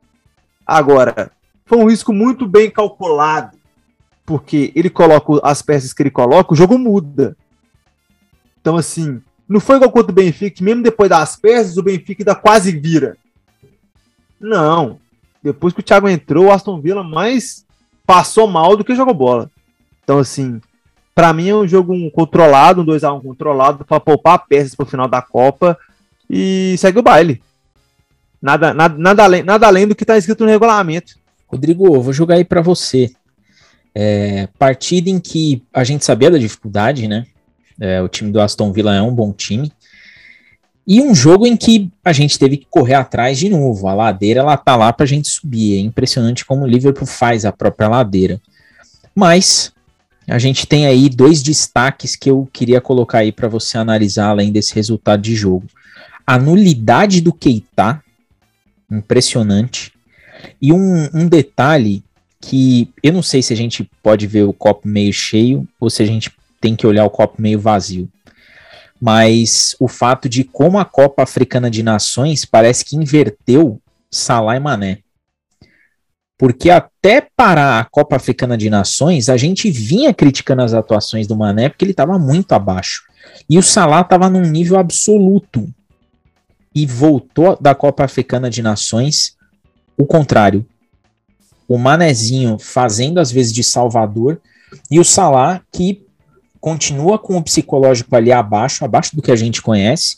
Agora, foi um risco muito bem calculado. Porque ele coloca as peças que ele coloca, o jogo muda. Então, assim, não foi igual contra o Benfica, que mesmo depois das peças, o Benfica ainda quase vira. Não. Depois que o Thiago entrou, o Aston Villa mais passou mal do que jogou bola. Então, assim, pra mim é um jogo controlado, um dois a um controlado, pra poupar peças pro final da Copa e segue o baile. Nada, nada, nada, além, nada além do que tá escrito no regulamento. Rodrigo, eu vou jogar aí pra você. É, partida em que a gente sabia da dificuldade, né? É, o time do Aston Villa é um bom time. E um jogo em que a gente teve que correr atrás de novo. A ladeira, ela tá lá pra gente subir. É impressionante como o Liverpool faz a própria ladeira. Mas a gente tem aí dois destaques que eu queria colocar aí para você analisar além desse resultado de jogo. A nulidade do Keita, impressionante. E um, um detalhe que eu não sei se a gente pode ver o copo meio cheio ou se a gente tem que olhar o copo meio vazio. Mas o fato de como a Copa Africana de Nações parece que inverteu Salah e Mané. Porque até parar a Copa Africana de Nações, a gente vinha criticando as atuações do Mané porque ele estava muito abaixo. E o Salah estava num nível absoluto. E voltou da Copa Africana de Nações o contrário. O Manezinho fazendo às vezes de salvador e o Salah que continua com o psicológico ali abaixo, abaixo do que a gente conhece,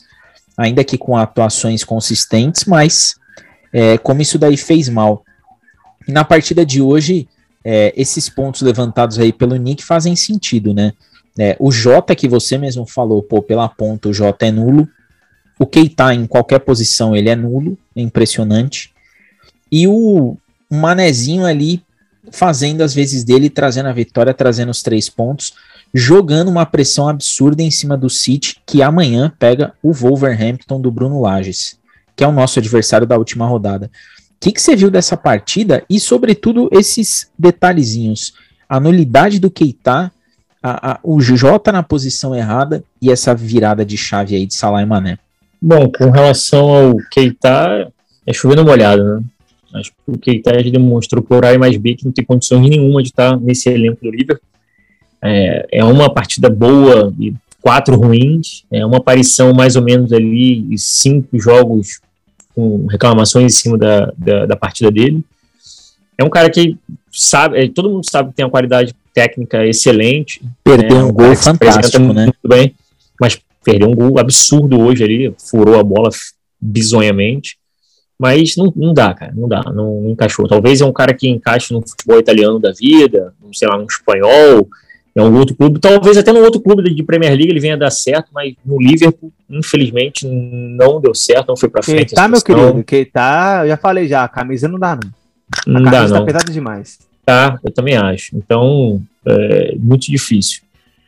ainda que com atuações consistentes, mas é, como isso daí fez mal. E na partida de hoje, é, esses pontos levantados aí pelo Nick fazem sentido, né? É, o Jota, que você mesmo falou, pô, pela ponta o Jota é nulo. O Keita em qualquer posição ele é nulo, é impressionante. E o Manezinho ali fazendo as vezes dele, trazendo a vitória, trazendo os três pontos, jogando uma pressão absurda em cima do City, que amanhã pega o Wolverhampton do Bruno Lages, que é o nosso adversário da última rodada. O que, que você viu dessa partida e, sobretudo, esses detalhezinhos? A nulidade do Keita, a, a, o Jota na posição errada e essa virada de chave aí de Salah e Mané. Bom, com relação ao Keita, é chovendo molhado, né? Acho que o Keita já demonstrou por A e mais B que não tem condições nenhuma de estar nesse elenco do Liverpool. É, é uma partida boa e quatro ruins, é uma aparição mais ou menos ali e cinco jogos com reclamações em cima da, da, da partida dele. É um cara que sabe, é, todo mundo sabe que tem uma qualidade técnica excelente. Perdeu é, um gol fantástico, né? Muito bem, mas perdeu um gol absurdo hoje ali, furou a bola bizonhamente. Mas não, não dá, cara, não dá, não, não encaixou. Talvez é um cara que encaixe no futebol italiano da vida, não sei lá, no espanhol, em algum outro clube, talvez até no outro clube de Premier League ele venha a dar certo, mas no Liverpool, infelizmente, não deu certo, não foi pra frente. Keita, meu querido, Keita, eu já falei já, a camisa não dá, não. A não camisa dá, não. tá pesada demais. Tá, eu também acho. Então, é muito difícil.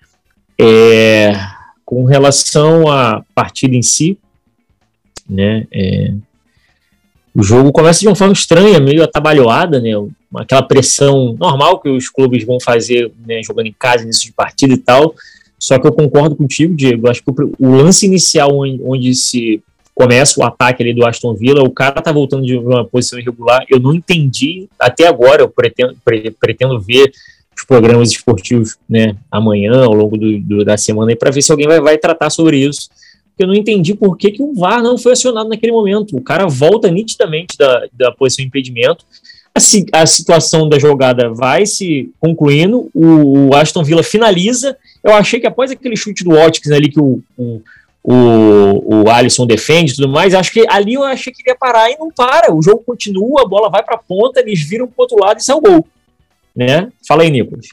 É, com relação à partida em si, né, é, o jogo começa de uma forma estranha, meio atabalhoada, né? Aquela pressão normal que os clubes vão fazer, né, jogando em casa, início de partida e tal. Só que eu concordo contigo, Diego. Acho que o lance inicial onde, onde se começa o ataque ali do Aston Villa, o cara tá voltando de uma posição irregular. Eu não entendi até agora. Eu pretendo, pre, pretendo ver os programas esportivos, né, amanhã, ao longo do, do, da semana, para ver se alguém vai, vai tratar sobre isso. Eu não entendi por que, que o V A R não foi acionado naquele momento. O cara volta nitidamente da, da posição de impedimento, a, a situação da jogada vai se concluindo, o, o Aston Villa finaliza. Eu achei que após aquele chute do Watkins ali que o, o, o, o Alisson defende e tudo mais, acho que ali eu achei que ele ia parar e não para. O jogo continua, a bola vai para a ponta, eles viram para o outro lado e sai o gol. Né? Fala aí, Nicolas.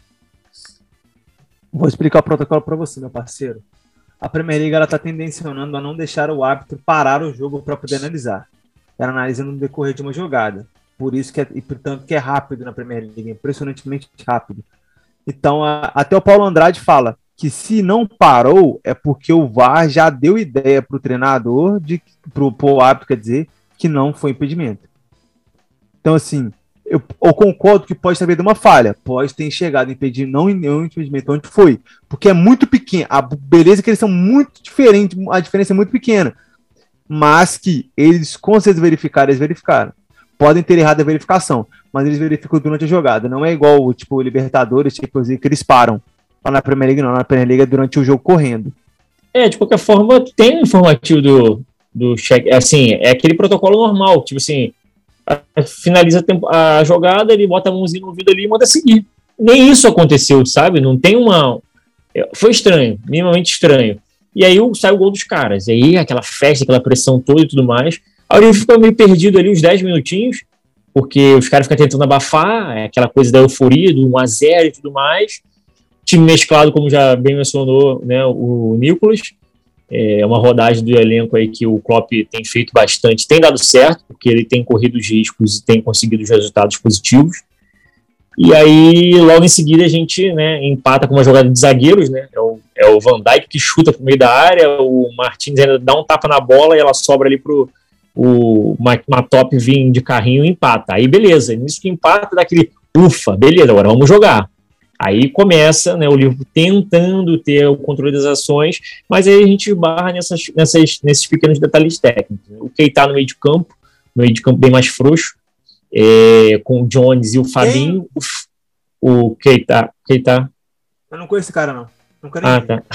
Vou explicar o protocolo para você, meu parceiro. A Premier League está tendencionando a não deixar o árbitro parar o jogo para poder analisar. Ela analisa no decorrer de uma jogada. Por isso que é, e portanto que é rápido na Premier League, impressionantemente rápido. Então, a, até o Paulo Andrade fala que se não parou é porque o V A R já deu ideia para o treinador, de, para o árbitro, quer dizer, que não foi impedimento. Então, assim, eu, eu concordo que pode ter havido uma falha, pode ter chegado a impedir, não em nenhum impedimento onde foi, porque é muito pequeno, a beleza é que eles são muito diferentes, a diferença é muito pequena, mas que eles, com certeza verificaram, eles verificaram, podem ter errado a verificação, mas eles verificam durante a jogada, não é igual, tipo, o Libertadores, tipo, que eles param, lá na Premier League não, na Premier League é durante o jogo correndo. É, de qualquer forma, tem um informativo do, do check, assim, é aquele protocolo normal, tipo assim, finaliza a jogada, ele bota a mãozinha no ouvido ali e manda seguir. Nem isso aconteceu, sabe? Não tem uma... Foi estranho, minimamente estranho. E aí sai o gol dos caras. E aí aquela festa, aquela pressão toda e tudo mais. Aí ele fica meio perdido ali uns dez minutinhos, porque os caras ficam tentando abafar, é aquela coisa da euforia, do um a zero e tudo mais. Time mesclado, como já bem mencionou, né, o Nicolas. É uma rodagem do elenco aí que o Klopp tem feito bastante, tem dado certo, porque ele tem corrido os riscos e tem conseguido os resultados positivos. E aí, logo em seguida, a gente, né, empata com uma jogada de zagueiros, né? É o, é o Van Dijk que chuta pro meio da área, o Martins ainda dá um tapa na bola e ela sobra ali pro o Matop vir de carrinho e empata. Aí, beleza, nisso que empata, dá aquele ufa, beleza, agora vamos jogar. Aí começa, né, o Liverpool tentando ter o controle das ações, mas aí a gente barra nessas, nessas, nesses pequenos detalhes técnicos. O Keita no meio de campo, no meio de campo bem mais frouxo, é, com o Jones e o Fabinho. O, o Keita, Keita. Eu não conheço esse cara, não. Nunca nem ah, vi. tá.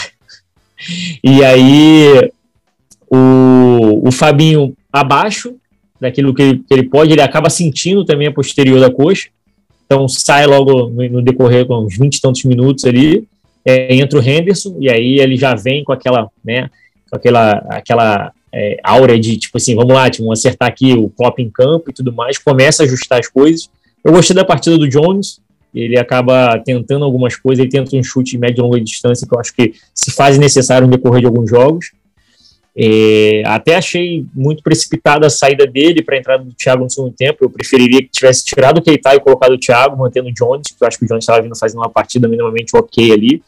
E aí o, o Fabinho abaixo daquilo que ele, que ele pode, ele acaba sentindo também a posterior da coxa. Então sai logo no, no decorrer com uns vinte e tantos minutos ali, é, entra o Henderson, e aí ele já vem com aquela, né, com aquela, aquela é, áurea de, tipo assim, vamos lá, tipo, vamos acertar aqui o Klopp em campo e tudo mais, começa a ajustar as coisas. Eu gostei da partida do Jones, ele acaba tentando algumas coisas, ele tenta um chute de média e longa distância, que eu acho que se faz necessário no decorrer de alguns jogos. É, até achei muito precipitada a saída dele para a entrada do Thiago no segundo tempo. Eu preferiria que tivesse tirado o Keita e colocado o Thiago, mantendo o Jones, porque eu acho que o Jones estava vindo fazendo uma partida minimamente ok ali.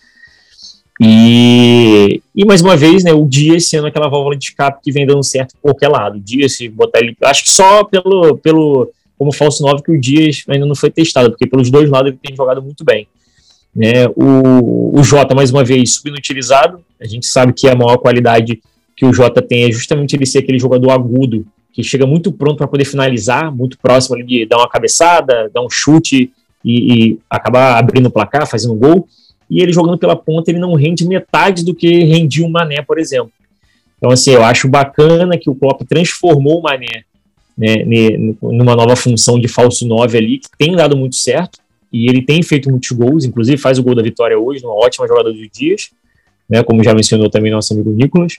E, e mais uma vez, né, o Dias sendo aquela válvula de escape que vem dando certo por qualquer lado. O Dias, se botar ele, acho que só pelo, pelo como falso nove que o Dias ainda não foi testado, porque pelos dois lados ele tem jogado muito bem. Né? O, o Jota, mais uma vez, subinutilizado. A gente sabe que a maior qualidade que o Jota tem é justamente ele ser aquele jogador agudo, que chega muito pronto para poder finalizar, muito próximo ali de dar uma cabeçada, dar um chute e, e acabar abrindo o placar, fazendo gol. E ele jogando pela ponta, ele não rende metade do que rendia o Mané, por exemplo. Então, assim, eu acho bacana que o Klopp transformou o Mané, né, numa nova função de falso nove ali, que tem dado muito certo, e ele tem feito muitos gols, inclusive faz o gol da vitória hoje, uma ótima jogada do Dias, né, como já mencionou também nosso amigo Nicolas.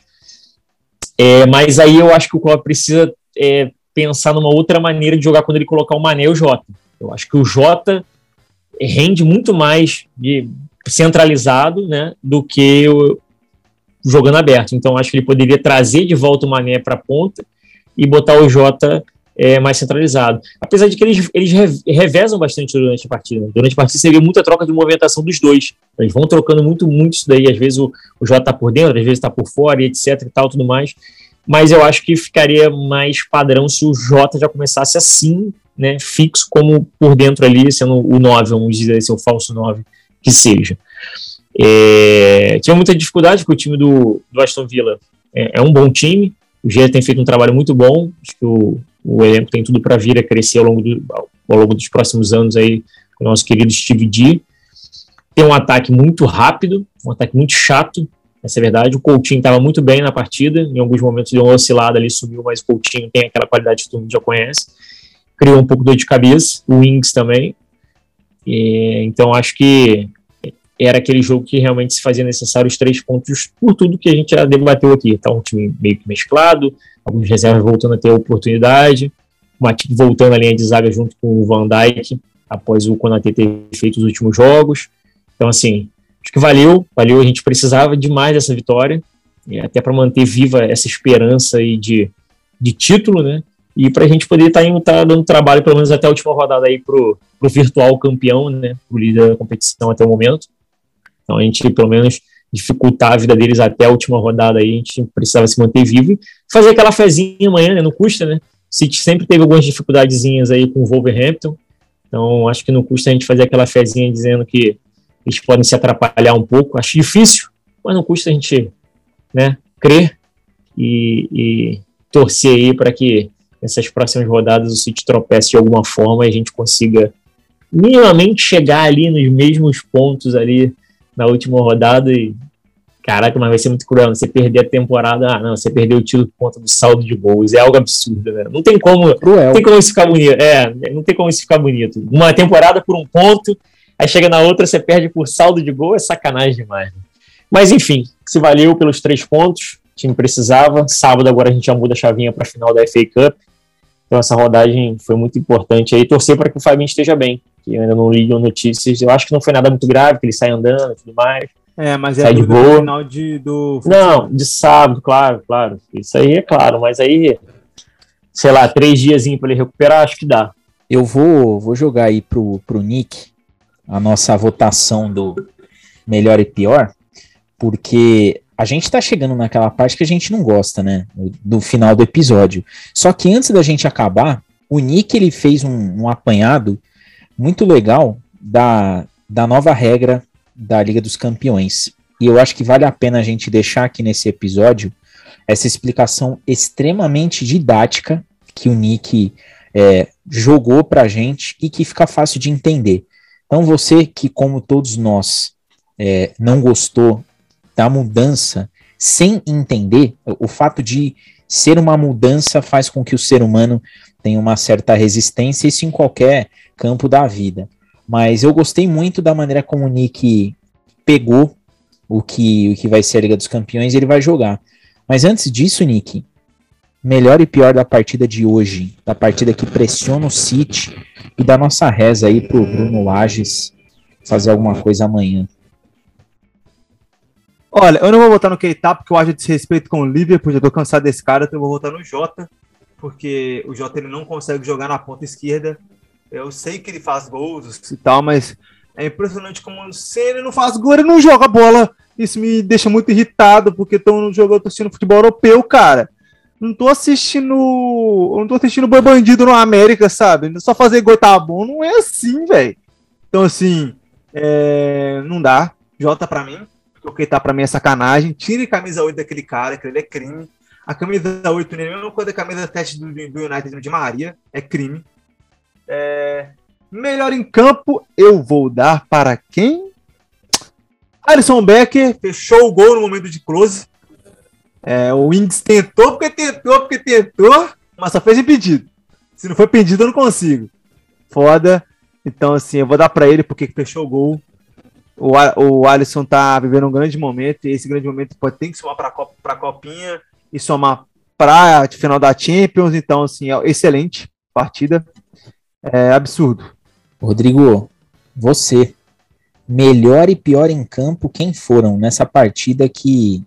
É, mas aí eu acho que o Klopp precisa é, pensar numa outra maneira de jogar quando ele colocar o Mané e o Jota. Eu acho que o Jota rende muito mais de centralizado, né, do que o, jogando aberto. Então acho que ele poderia trazer de volta o Mané para a ponta e botar o Jota é, mais centralizado. Apesar de que eles, eles revezam bastante durante a partida. Durante a partida você vê muita troca de movimentação dos dois. Eles vão trocando muito, muito isso daí. Às vezes o, o Jota está por dentro, às vezes está por fora, e etc e tal, tudo mais. Mas eu acho que ficaria mais padrão se o Jota já começasse assim, né, fixo como por dentro ali, sendo o nove, vamos dizer assim, o falso nove que seja. É, tinha muita dificuldade porque o time do, do Aston Villa é, é um bom time, o Gerrard tem feito um trabalho muito bom, acho que o, o elenco tem tudo para vir a crescer ao longo, do, ao longo dos próximos anos aí, com o nosso querido Steve D. Tem um ataque muito rápido, um ataque muito chato, essa é a verdade. O Coutinho estava muito bem na partida, em alguns momentos deu uma oscilada ali, subiu, mas o Coutinho tem aquela qualidade que todo mundo já conhece, criou um pouco de dor de cabeça, o Ings também. E, então acho que era aquele jogo que realmente se fazia necessário os três pontos por tudo que a gente já debateu aqui. Tá um time meio que mesclado, alguns reservas voltando a ter a oportunidade, o Matip voltando a linha de zaga junto com o Van Dijk, após o Konaté ter feito os últimos jogos. Então assim, acho que valeu, valeu, a gente precisava demais dessa vitória, até para manter viva essa esperança aí de, de título, né? E para a gente poder estar tá tá dando trabalho, pelo menos até a última rodada aí pro, pro virtual campeão, né? Pro líder da competição até o momento. Então a gente, pelo menos, dificultar a vida deles até a última rodada aí, a gente precisava se manter vivo e fazer aquela fezinha amanhã, né? Não custa, né? City sempre teve algumas dificuldadezinhas aí com o Wolverhampton, então acho que não custa a gente fazer aquela fezinha dizendo que eles podem se atrapalhar um pouco. Acho difícil, mas não custa a gente, né, crer e, e torcer aí para que nessas próximas rodadas o City tropece de alguma forma e a gente consiga minimamente chegar ali nos mesmos pontos ali na última rodada e, caraca, mas vai ser muito cruel, você perder a temporada, ah não, você perdeu o título por conta do saldo de gols, é algo absurdo, né? Não tem como, não tem como isso ficar bonito, é, não tem como isso ficar bonito. Uma temporada por um ponto, aí chega na outra, você perde por saldo de gol, é sacanagem demais, né? Mas enfim, se valeu pelos três pontos, o time precisava, sábado agora a gente já muda a chavinha para a final da F A Cup, então essa rodagem foi muito importante aí, torcer para que o Fabinho esteja bem, que eu ainda não li notícias, eu acho que não foi nada muito grave, que ele sai andando e tudo mais. É, mas é sai do de boa. final de, do... Não, de sábado, claro, claro, isso aí é claro, mas aí, sei lá, três diazinhos para ele recuperar, acho que dá. Eu vou, vou jogar aí pro, pro Nick a nossa votação do melhor e pior, porque a gente tá chegando naquela parte que a gente não gosta, né, do final do episódio. Só que antes da gente acabar, o Nick ele fez um, um apanhado muito legal da, da nova regra da Liga dos Campeões. E eu acho que vale a pena a gente deixar aqui nesse episódio essa explicação extremamente didática que o Nick é, jogou pra gente e que fica fácil de entender. Então você que, como todos nós, é, não gostou da mudança sem entender, o fato de ser uma mudança faz com que o ser humano tenha uma certa resistência, isso em qualquer campo da vida. Mas eu gostei muito da maneira como o Nick pegou o que, o que vai ser a Liga dos Campeões e ele vai jogar. Mas antes disso, Nick, melhor e pior da partida de hoje, da partida que pressiona o City, e da nossa reza aí pro Bruno Lages fazer alguma coisa amanhã. Olha, eu não vou votar no Keita porque eu acho desrespeito com o Liverpool, já tô cansado desse cara, então eu vou votar no Jota, porque o Jota ele não consegue jogar na ponta esquerda. Eu sei que ele faz gols e tal, mas é impressionante como se ele não faz gol, ele não joga bola. Isso me deixa muito irritado, porque tô jogando, tô assistindo futebol europeu, cara. Não tô assistindo. Eu não tô assistindo Boi Bandido no América, sabe? Só fazer gol tá bom, não é assim, velho. Então, assim, é... não dá. Jota pra mim. Porque o Keita pra mim é sacanagem. Tire a camisa oito daquele cara, que ele é crime. A camisa oito nele, mesmo quando a camisa sete do, do United de Maria, é crime. É... Melhor em campo, eu vou dar para quem? Alisson Becker, fechou o gol no momento de close. É, o Ings tentou porque tentou, porque tentou, mas só fez impedido. Se não foi impedido, eu não consigo. Foda. Então, assim, eu vou dar para ele porque fechou o gol. O, o Alisson tá vivendo um grande momento, e esse grande momento pode ter que somar para a Copinha e somar para a final da Champions. Então, assim, é excelente partida. É absurdo. Rodrigo, você, melhor e pior em campo, quem foram nessa partida que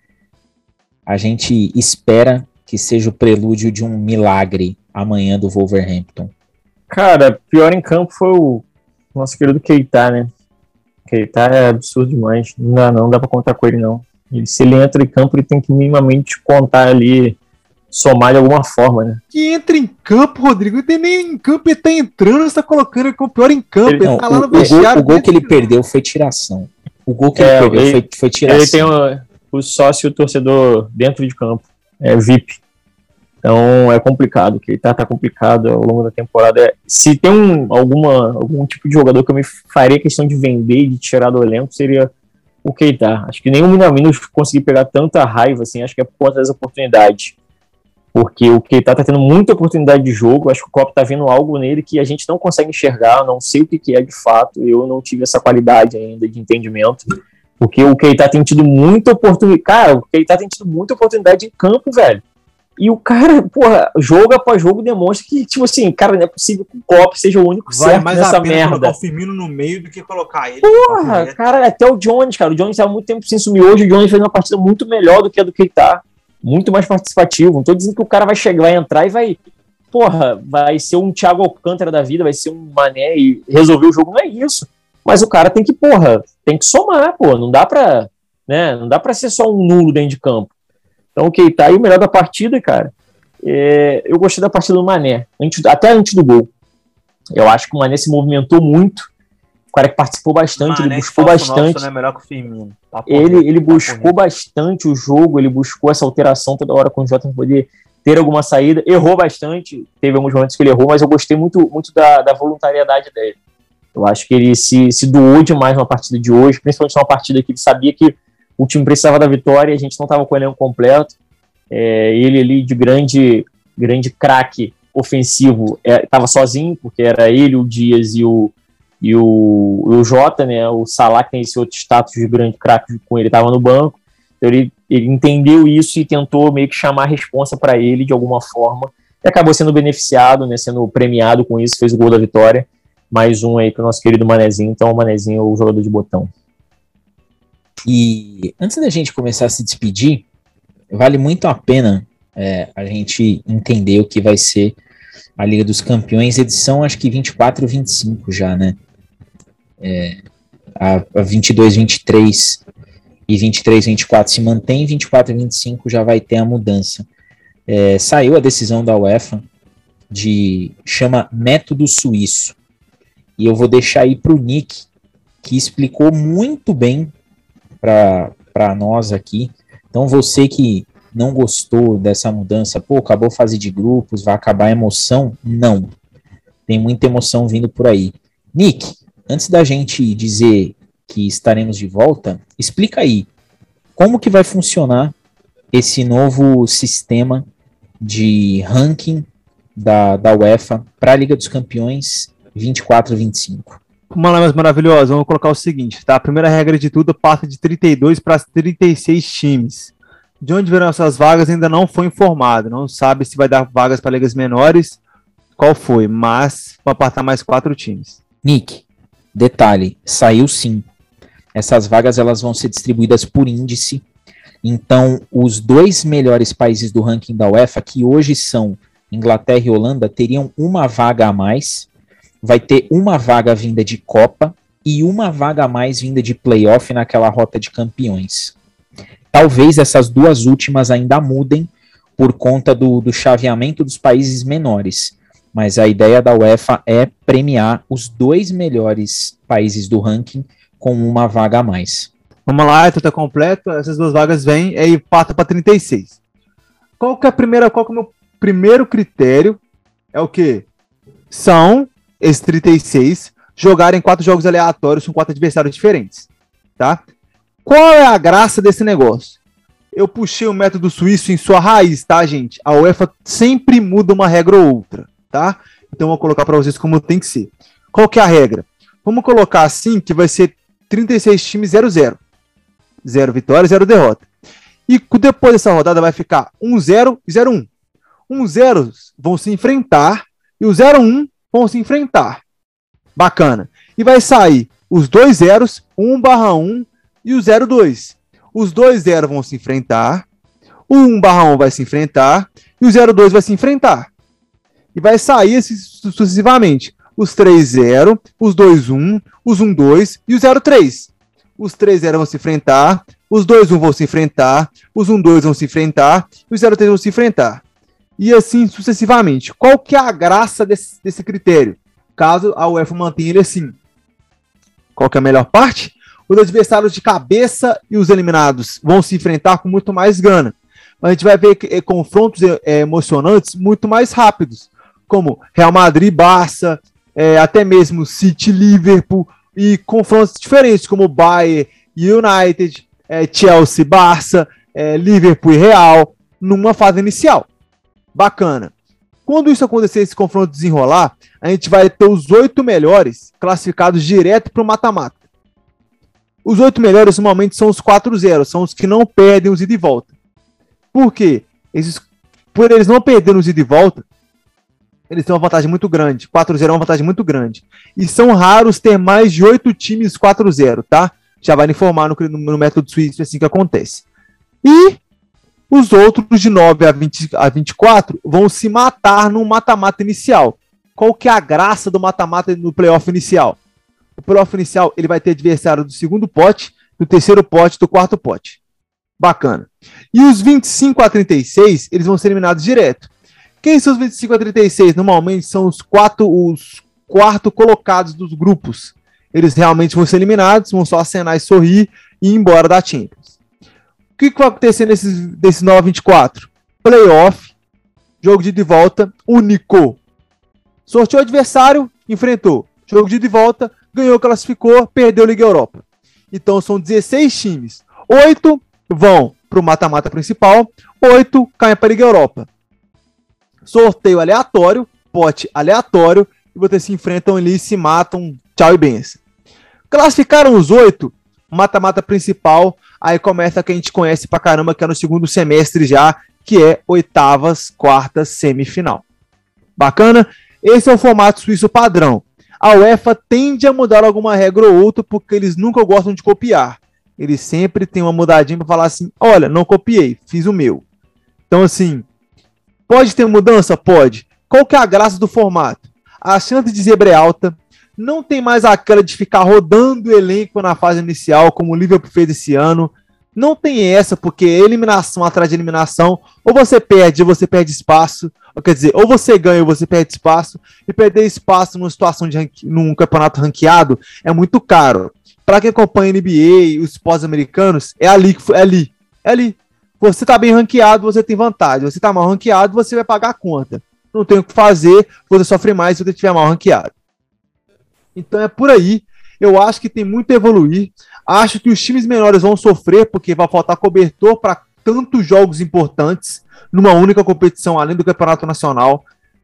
a gente espera que seja o prelúdio de um milagre amanhã do Wolverhampton? Cara, pior em campo foi o nosso querido Keita, né? Keita é absurdo demais. Não dá, não dá pra contar com ele, não. Ele, se ele entra em campo, ele tem que minimamente contar ali, somar de alguma forma, né? Que entra em campo, Rodrigo. Não tem nem em campo, ele tá entrando, você tá colocando ele como pior em campo. Ele, não, tá lá o, no o gol, vestiário. o gol que ele perdeu foi tiração. O gol que É, ele perdeu ele- foi, foi tiração. Ele tem o, o sócio torcedor dentro de campo, é V I P. Então é complicado, o Keita tá complicado ao longo da temporada. É, se tem um, alguma, algum tipo de jogador que eu me faria questão de vender e de tirar do elenco, seria o Keita. Acho que nenhum Minamino conseguiu pegar tanta raiva, assim, acho que é por conta das oportunidades. Porque o Keita tá tendo muita oportunidade de jogo, acho que o Klopp tá vendo algo nele que a gente não consegue enxergar, não sei o que, que é de fato, eu não tive essa qualidade ainda de entendimento, porque o Keita tem tido muita oportunidade, cara, o Keita tem tido muita oportunidade em campo, velho, e o cara, porra, jogo após jogo demonstra que, tipo assim, cara, não é possível que o Klopp seja o único Vale certo mais nessa a pena merda. colocar o Firmino no meio do que colocar ele. Porra, cara, até o Jones, cara, o Jones estava muito tempo sem sumir, hoje o Jones fez uma partida muito melhor do que a do Keita, muito mais participativo. Não tô dizendo que o cara vai chegar, vai entrar e vai, porra, vai ser um Thiago Alcântara da vida, vai ser um Mané e resolver o jogo, não é isso. Mas o cara tem que, porra, tem que somar, pô, não dá pra, né, não dá pra ser só um nulo dentro de campo. Então o Keita aí, o melhor da partida, cara, é, eu gostei da partida do Mané, antes, até antes do gol. Eu acho que o Mané se movimentou muito, o cara que participou bastante, ele buscou bastante. Nosso, né, melhor que o Firmino. Ele, ele buscou bastante o jogo, ele buscou essa alteração toda hora com o Jota para poder ter alguma saída, errou bastante, teve alguns momentos que ele errou, mas eu gostei muito, muito da, da voluntariedade dele. Eu acho que ele se, se doou demais na partida de hoje, principalmente numa partida que ele sabia que o time precisava da vitória e a gente não estava com o elenco completo. É, ele ali de grande, grande craque ofensivo estava é, sozinho, porque era ele, o Dias e o E o, o Jota, né, o Salah, que tem esse outro status de grande craque com ele, estava no banco. Então ele, ele entendeu isso e tentou meio que chamar a responsa para ele de alguma forma. E acabou sendo beneficiado, né, sendo premiado com isso, fez o gol da vitória. Mais um aí para o nosso querido Manezinho. Então o Manezinho é o jogador de botão. E antes da gente começar a se despedir, vale muito a pena é, a gente entender o que vai ser a Liga dos Campeões, edição acho que vinte e quatro, vinte e cinco já, né? É, a, a vinte e dois, vinte e três e vinte e três, vinte e quatro se mantém, vinte e quatro, vinte e cinco já vai ter a mudança. É, saiu a decisão da UEFA de chama método suíço. E eu vou deixar aí para o Nick, que explicou muito bem para nós aqui. Então você que não gostou dessa mudança, pô, acabou a fase de grupos, vai acabar a emoção? Não. Tem muita emoção vindo por aí. Nick, antes da gente dizer que estaremos de volta, explica aí, como que vai funcionar esse novo sistema de ranking da, da UEFA para a Liga dos Campeões vinte e quatro, vinte e cinco? Uma lá mais maravilhosa, vamos colocar o seguinte, tá? A primeira regra de tudo passa de trinta e dois para trinta e seis times. De onde virão essas vagas ainda não foi informado. Não sabe se vai dar vagas para ligas menores, qual foi, mas vai apartar mais quatro times. Nick, detalhe, saiu sim. Essas vagas elas vão ser distribuídas por índice. Então, os dois melhores países do ranking da UEFA, que hoje são Inglaterra e Holanda, teriam uma vaga a mais. Vai ter uma vaga vinda de Copa e uma vaga a mais vinda de playoff naquela rota de campeões. Talvez essas duas últimas ainda mudem por conta do, do chaveamento dos países menores. Mas a ideia da UEFA é premiar os dois melhores países do ranking com uma vaga a mais. Vamos lá, então tá completo. Essas duas vagas vêm e passa para trinta e seis. Qual que é a primeira, qual que é o meu primeiro critério? É o quê? São esses trinta e seis jogarem quatro jogos aleatórios com quatro adversários diferentes, tá? Qual é a graça desse negócio? Eu puxei o método suíço em sua raiz, tá, gente? A UEFA sempre muda uma regra ou outra, tá? Então eu vou colocar para vocês como tem que ser. Qual que é a regra? Vamos colocar assim que vai ser trinta e seis times zero zero. zero vitória, zero derrota. E depois dessa rodada vai ficar um zero e zero um. Um zero vão se enfrentar e o zero um vão se enfrentar. Bacana. E vai sair os dois zeros, um barra um e o zero dois. Os dois zero vão se enfrentar, o um barra um vai se enfrentar e o zero dois vai se enfrentar. E vai sair assim, sucessivamente. Os três zero, os dois um, os um dois e o zero três. Os três zero vão se enfrentar, os dois um vão se enfrentar, os um dois vão se enfrentar e os zero três vão se enfrentar. E assim sucessivamente. Qual que é a graça desse, desse critério? Caso a UEFA mantenha ele assim. Qual que é a melhor parte? Os adversários de cabeça e os eliminados vão se enfrentar com muito mais gana. Mas a gente vai ver é, confrontos é, emocionantes muito mais rápidos, como Real Madrid, Barça, é, até mesmo City, Liverpool, e confrontos diferentes, como Bayern e United, é, Chelsea, Barça, é, Liverpool e Real, numa fase inicial. Bacana. Quando isso acontecer, esse confronto desenrolar, a gente vai ter os oito melhores classificados direto para o mata-mata. Os oito melhores normalmente são os quatro zero, são os que não perdem os ida e volta. Por quê? Esses, por eles não perderem os ida e volta, eles têm uma vantagem muito grande. quatro zero é uma vantagem muito grande. E são raros ter mais de oito times quatro zero, tá? Já vai informar no, no, no método suíço assim que acontece. E os outros de nove a, vinte, a vinte e quatro vão se matar no mata-mata inicial. Qual que é a graça do mata-mata no playoff inicial? O playoff inicial ele vai ter adversário do segundo pote, do terceiro pote, do quarto pote. Bacana. E os vinte e cinco a trinta e seis, eles vão ser eliminados direto. Quem são os vinte e cinco a trinta e seis? Normalmente são os quatro, os quarto colocados dos grupos. Eles realmente vão ser eliminados, vão só acenar e sorrir e ir embora da Champions. O que, que vai acontecer nesses, nesses nove a vinte e quatro? Playoff, jogo de ida e volta, único. Sorteou o adversário, enfrentou. Jogo de ida e volta, ganhou, classificou, perdeu a Liga Europa. Então são dezesseis times. oito vão para o mata-mata principal, oito caem para a Liga Europa. Sorteio aleatório, pote aleatório, e vocês se enfrentam ali, se matam, tchau e benção. Classificaram os oito, mata-mata principal, aí começa a que a gente conhece pra caramba, que é no segundo semestre já, que é oitavas, quartas, semifinal. Bacana? Esse é o formato suíço padrão. A UEFA tende a mudar alguma regra ou outra, porque eles nunca gostam de copiar. Eles sempre têm uma mudadinha para falar assim, olha, não copiei, fiz o meu. Então assim, pode ter mudança? Pode. Qual que é a graça do formato? A chance de zebra é alta, não tem mais aquela de ficar rodando o elenco na fase inicial, como o Liverpool fez esse ano. Não tem essa, porque é eliminação atrás de eliminação, ou você perde ou você perde espaço, ou quer dizer, ou você ganha ou você perde espaço, e perder espaço numa situação de ranque... num campeonato ranqueado é muito caro. Para quem acompanha a N B A e os esportes americanos, é ali, é ali, é ali. Você tá bem ranqueado, você tem vantagem. Você tá mal ranqueado, você vai pagar a conta. Não tem o que fazer, você sofre mais se você estiver mal ranqueado. Então é por aí. Eu acho que tem muito a evoluir. Acho que os times menores vão sofrer, porque vai faltar cobertor para tantos jogos importantes numa única competição, além do Campeonato Nacional.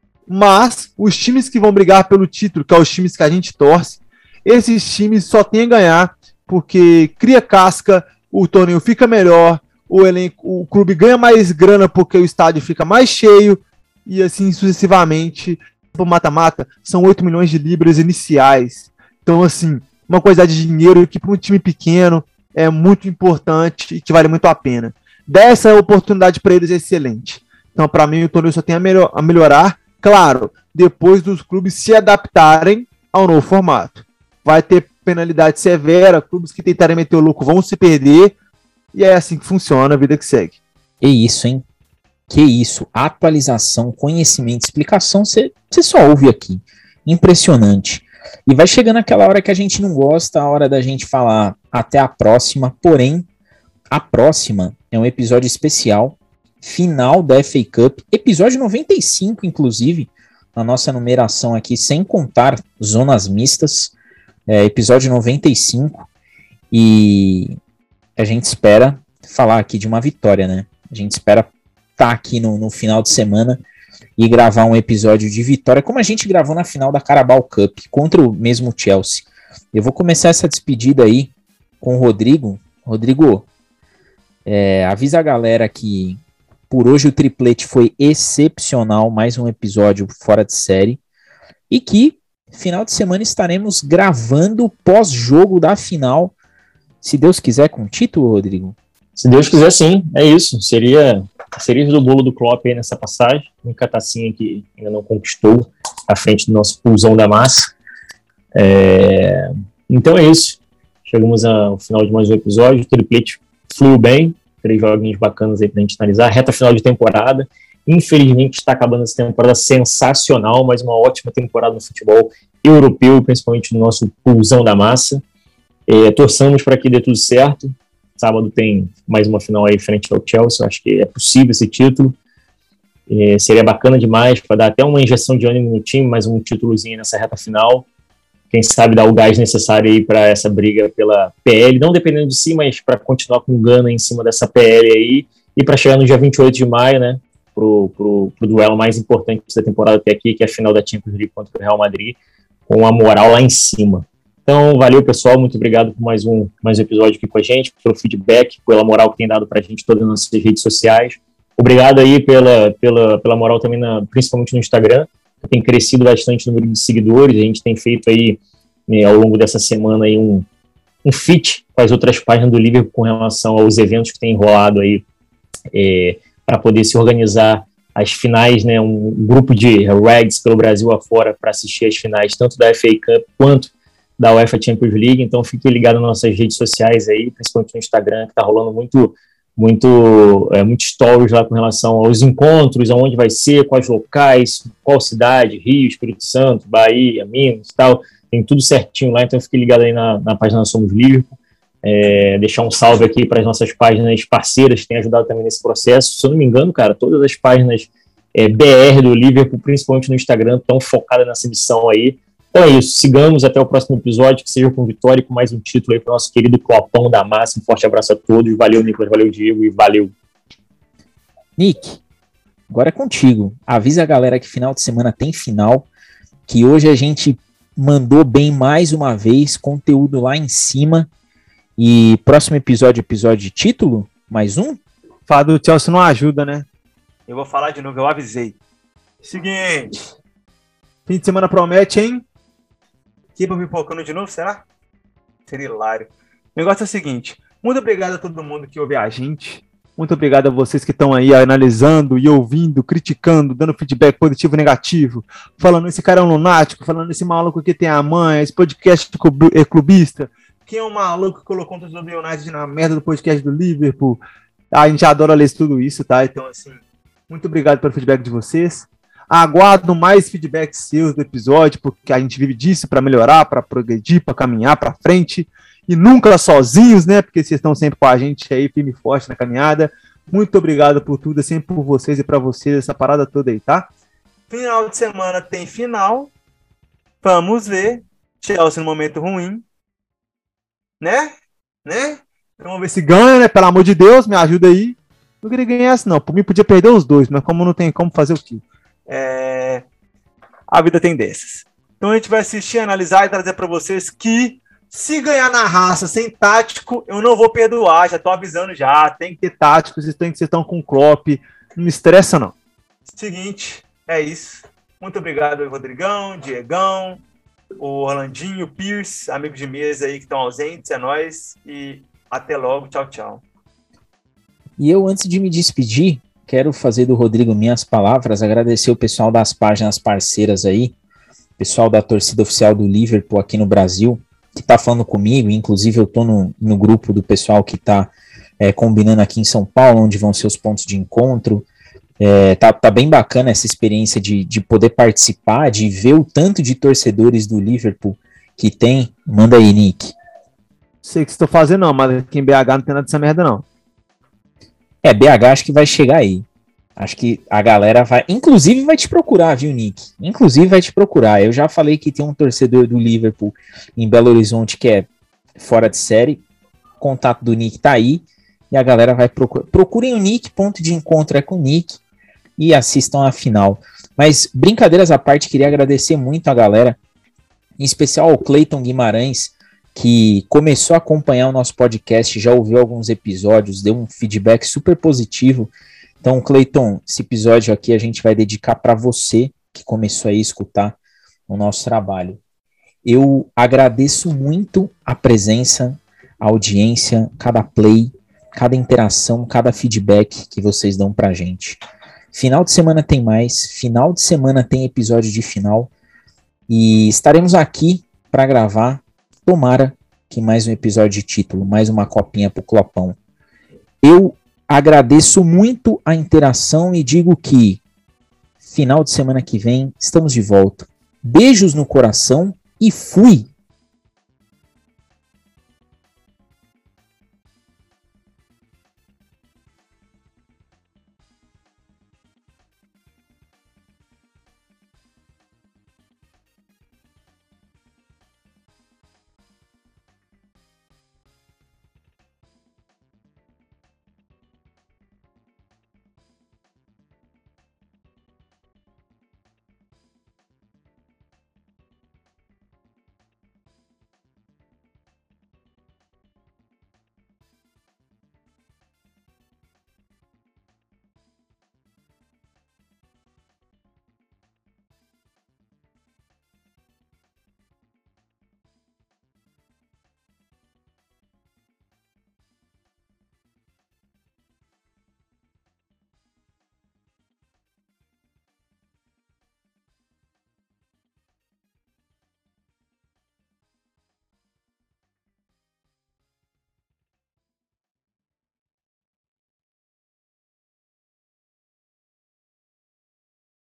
Mas os times que vão brigar pelo título, que são os times que a gente torce, esses times só tem a ganhar, porque cria casca, o torneio fica melhor, o elenco, o clube ganha mais grana porque o estádio fica mais cheio, e assim sucessivamente. O mata-mata são oito milhões de libras iniciais. Então, assim, uma quantidade de dinheiro que para um time pequeno é muito importante e que vale muito a pena. Dessa oportunidade para eles é excelente. Então, para mim, o torneio só tem a, melhor, a melhorar, claro, depois dos clubes se adaptarem ao novo formato. Vai ter penalidade severa, clubes que tentarem meter o louco vão se perder, e é assim que funciona, a vida que segue. É isso, hein? Que isso, atualização, conhecimento, explicação, você só ouve aqui. Impressionante. E vai chegando aquela hora que a gente não gosta, a hora da gente falar até a próxima, porém, a próxima é um episódio especial, final da F A Cup, episódio noventa e cinco, inclusive, na nossa numeração aqui, sem contar zonas mistas, é, episódio noventa e cinco, e a gente espera falar aqui de uma vitória, né? A gente espera estar aqui no, no final de semana e gravar um episódio de vitória, como a gente gravou na final da Carabao Cup, contra o mesmo Chelsea. Eu vou começar essa despedida aí com o Rodrigo. Rodrigo, é, avisa a galera que por hoje o triplete foi excepcional, mais um episódio fora de série, e que final de semana estaremos gravando pós-jogo da final, se Deus quiser, com título, Rodrigo? Se Deus quiser, sim, é isso. Seria seria do bolo do Klopp aí nessa passagem. Única tacinha que ainda não conquistou à frente do nosso pulsão da massa. É... Então é isso. Chegamos ao final de mais um episódio. O triplete fluiu bem. Três joguinhos bacanas aí pra gente analisar. Reta final de temporada. Infelizmente está acabando essa temporada sensacional, mas uma ótima temporada no futebol europeu, principalmente no nosso pulsão da massa. É, torçamos para que dê tudo certo. Sábado tem mais uma final aí frente ao Chelsea, eu acho que é possível esse título. É, seria bacana demais para dar até uma injeção de ânimo no time, mais um títulozinho nessa reta final. Quem sabe dar o gás necessário aí para essa briga pela P L, não dependendo de si, mas para continuar com gana em cima dessa P L aí, e para chegar no dia vinte e oito de maio, né, pro, pro, pro duelo mais importante da temporada até aqui, que é a final da Champions League contra o Real Madrid, com a moral lá em cima. Então, valeu, pessoal, muito obrigado por mais um, mais um episódio aqui com a gente, pelo feedback, pela moral que tem dado pra gente todas as nossas redes sociais. Obrigado aí pela, pela, pela moral também, na, principalmente no Instagram, que tem crescido bastante o número de seguidores. A gente tem feito aí, né, ao longo dessa semana, aí um, um feat com as outras páginas do Liverpool com relação aos eventos que tem enrolado aí é, para poder se organizar as finais, né, um, um grupo de Reds pelo Brasil afora para assistir as finais, tanto da F A Cup quanto da UEFA Champions League. Então fique ligado nas nossas redes sociais aí, principalmente no Instagram, que tá rolando muito, muito, é, muito stories lá com relação aos encontros, aonde vai ser, quais locais, qual cidade, Rio, Espírito Santo, Bahia, Minas e tal, tem tudo certinho lá, então fique ligado aí na, na página Somos Liverpool. É, deixar um salve aqui para as nossas páginas parceiras que têm ajudado também nesse processo. Se eu não me engano, cara, todas as páginas é, B R do Liverpool, principalmente no Instagram, estão focadas nessa missão aí. Então é isso, sigamos até o próximo episódio, que seja com vitória e com mais um título aí para o nosso querido Clopão da Massa. Um forte abraço a todos, valeu Nicolas, valeu Diego e valeu. Nick, agora é contigo, avisa a galera que final de semana tem final, que hoje a gente mandou bem mais uma vez, conteúdo lá em cima, e próximo episódio, episódio de título, mais um? Falar do Chelsea não ajuda, né? Eu vou falar de novo, eu avisei. Seguinte, Fim de semana promete, hein? Kiba pipocando de novo, será? Seria hilário. O negócio é o seguinte, muito obrigado a todo mundo que ouve a gente. Muito obrigado a vocês que estão aí analisando e ouvindo, criticando, dando feedback positivo e negativo, falando esse cara é um lunático, falando esse maluco que tem a mãe, esse podcast é clubista, quem é um maluco que colocou contra o United na merda do podcast do Liverpool. A gente adora ler tudo isso, tá? Então, assim, muito obrigado pelo feedback de vocês. Aguardo mais feedbacks seus do episódio, porque a gente vive disso para melhorar, para progredir, para caminhar para frente. E nunca sozinhos, né? Porque vocês estão sempre com a gente aí, firme e forte na caminhada. Muito obrigado por tudo, é sempre por vocês e para vocês, essa parada toda aí, tá? Final de semana tem final. Vamos ver. Chelsea no momento ruim. Né? Né? Vamos ver se ganha, né? Pelo amor de Deus, me ajuda aí. Não queria ganhar essa, não. Por mim podia perder os dois, mas como não tem como fazer o quê? É... A vida tem dessas. Então a gente vai assistir, analisar e trazer para vocês que Se ganhar na raça, sem tático, eu não vou perdoar, já tô avisando já. Tem que ter tático, vocês têm que vocês estão com o Klopp. Não me estressa, não. Seguinte, é isso. Muito obrigado, Rodrigão, Diegão, o Orlandinho, o Pierce, amigos de mesa aí que estão ausentes, é nóis. E até logo, tchau, tchau. E eu, antes de me despedir, quero fazer do Rodrigo minhas palavras, agradecer o pessoal das páginas parceiras aí, pessoal da torcida oficial do Liverpool aqui no Brasil, que tá falando comigo, inclusive eu tô no, no grupo do pessoal que tá é, combinando aqui em São Paulo, onde vão ser os pontos de encontro. É, tá, tá bem bacana essa experiência de, de poder participar, de ver o tanto de torcedores do Liverpool que tem. Manda aí, Nick. Sei o que você tá fazendo, não, mas aqui em B H não tem nada dessa merda, não. É, B H acho que vai chegar aí. Acho que a galera vai... Inclusive vai te procurar, viu, Nick? Inclusive vai te procurar. Eu já falei que tem um torcedor do Liverpool em Belo Horizonte que é fora de série. O contato do Nick tá aí. E a galera vai procurar. Procurem o Nick, ponto de encontro é com o Nick. E assistam a final. Mas, brincadeiras à parte, queria agradecer muito a galera. Em especial ao Cleiton Guimarães, que começou a acompanhar o nosso podcast, já ouviu alguns episódios, deu um feedback super positivo. Então, Cleiton, esse episódio aqui a gente vai dedicar para você que começou a escutar o nosso trabalho. Eu agradeço muito a presença, a audiência, cada play, cada interação, cada feedback que vocês dão pra gente. Final de semana tem mais, final de semana tem episódio de final e estaremos aqui para gravar, tomara que mais um episódio de título, mais uma copinha pro Clopão. Eu agradeço muito a interação e digo que final de semana que vem estamos de volta. Beijos no coração e fui!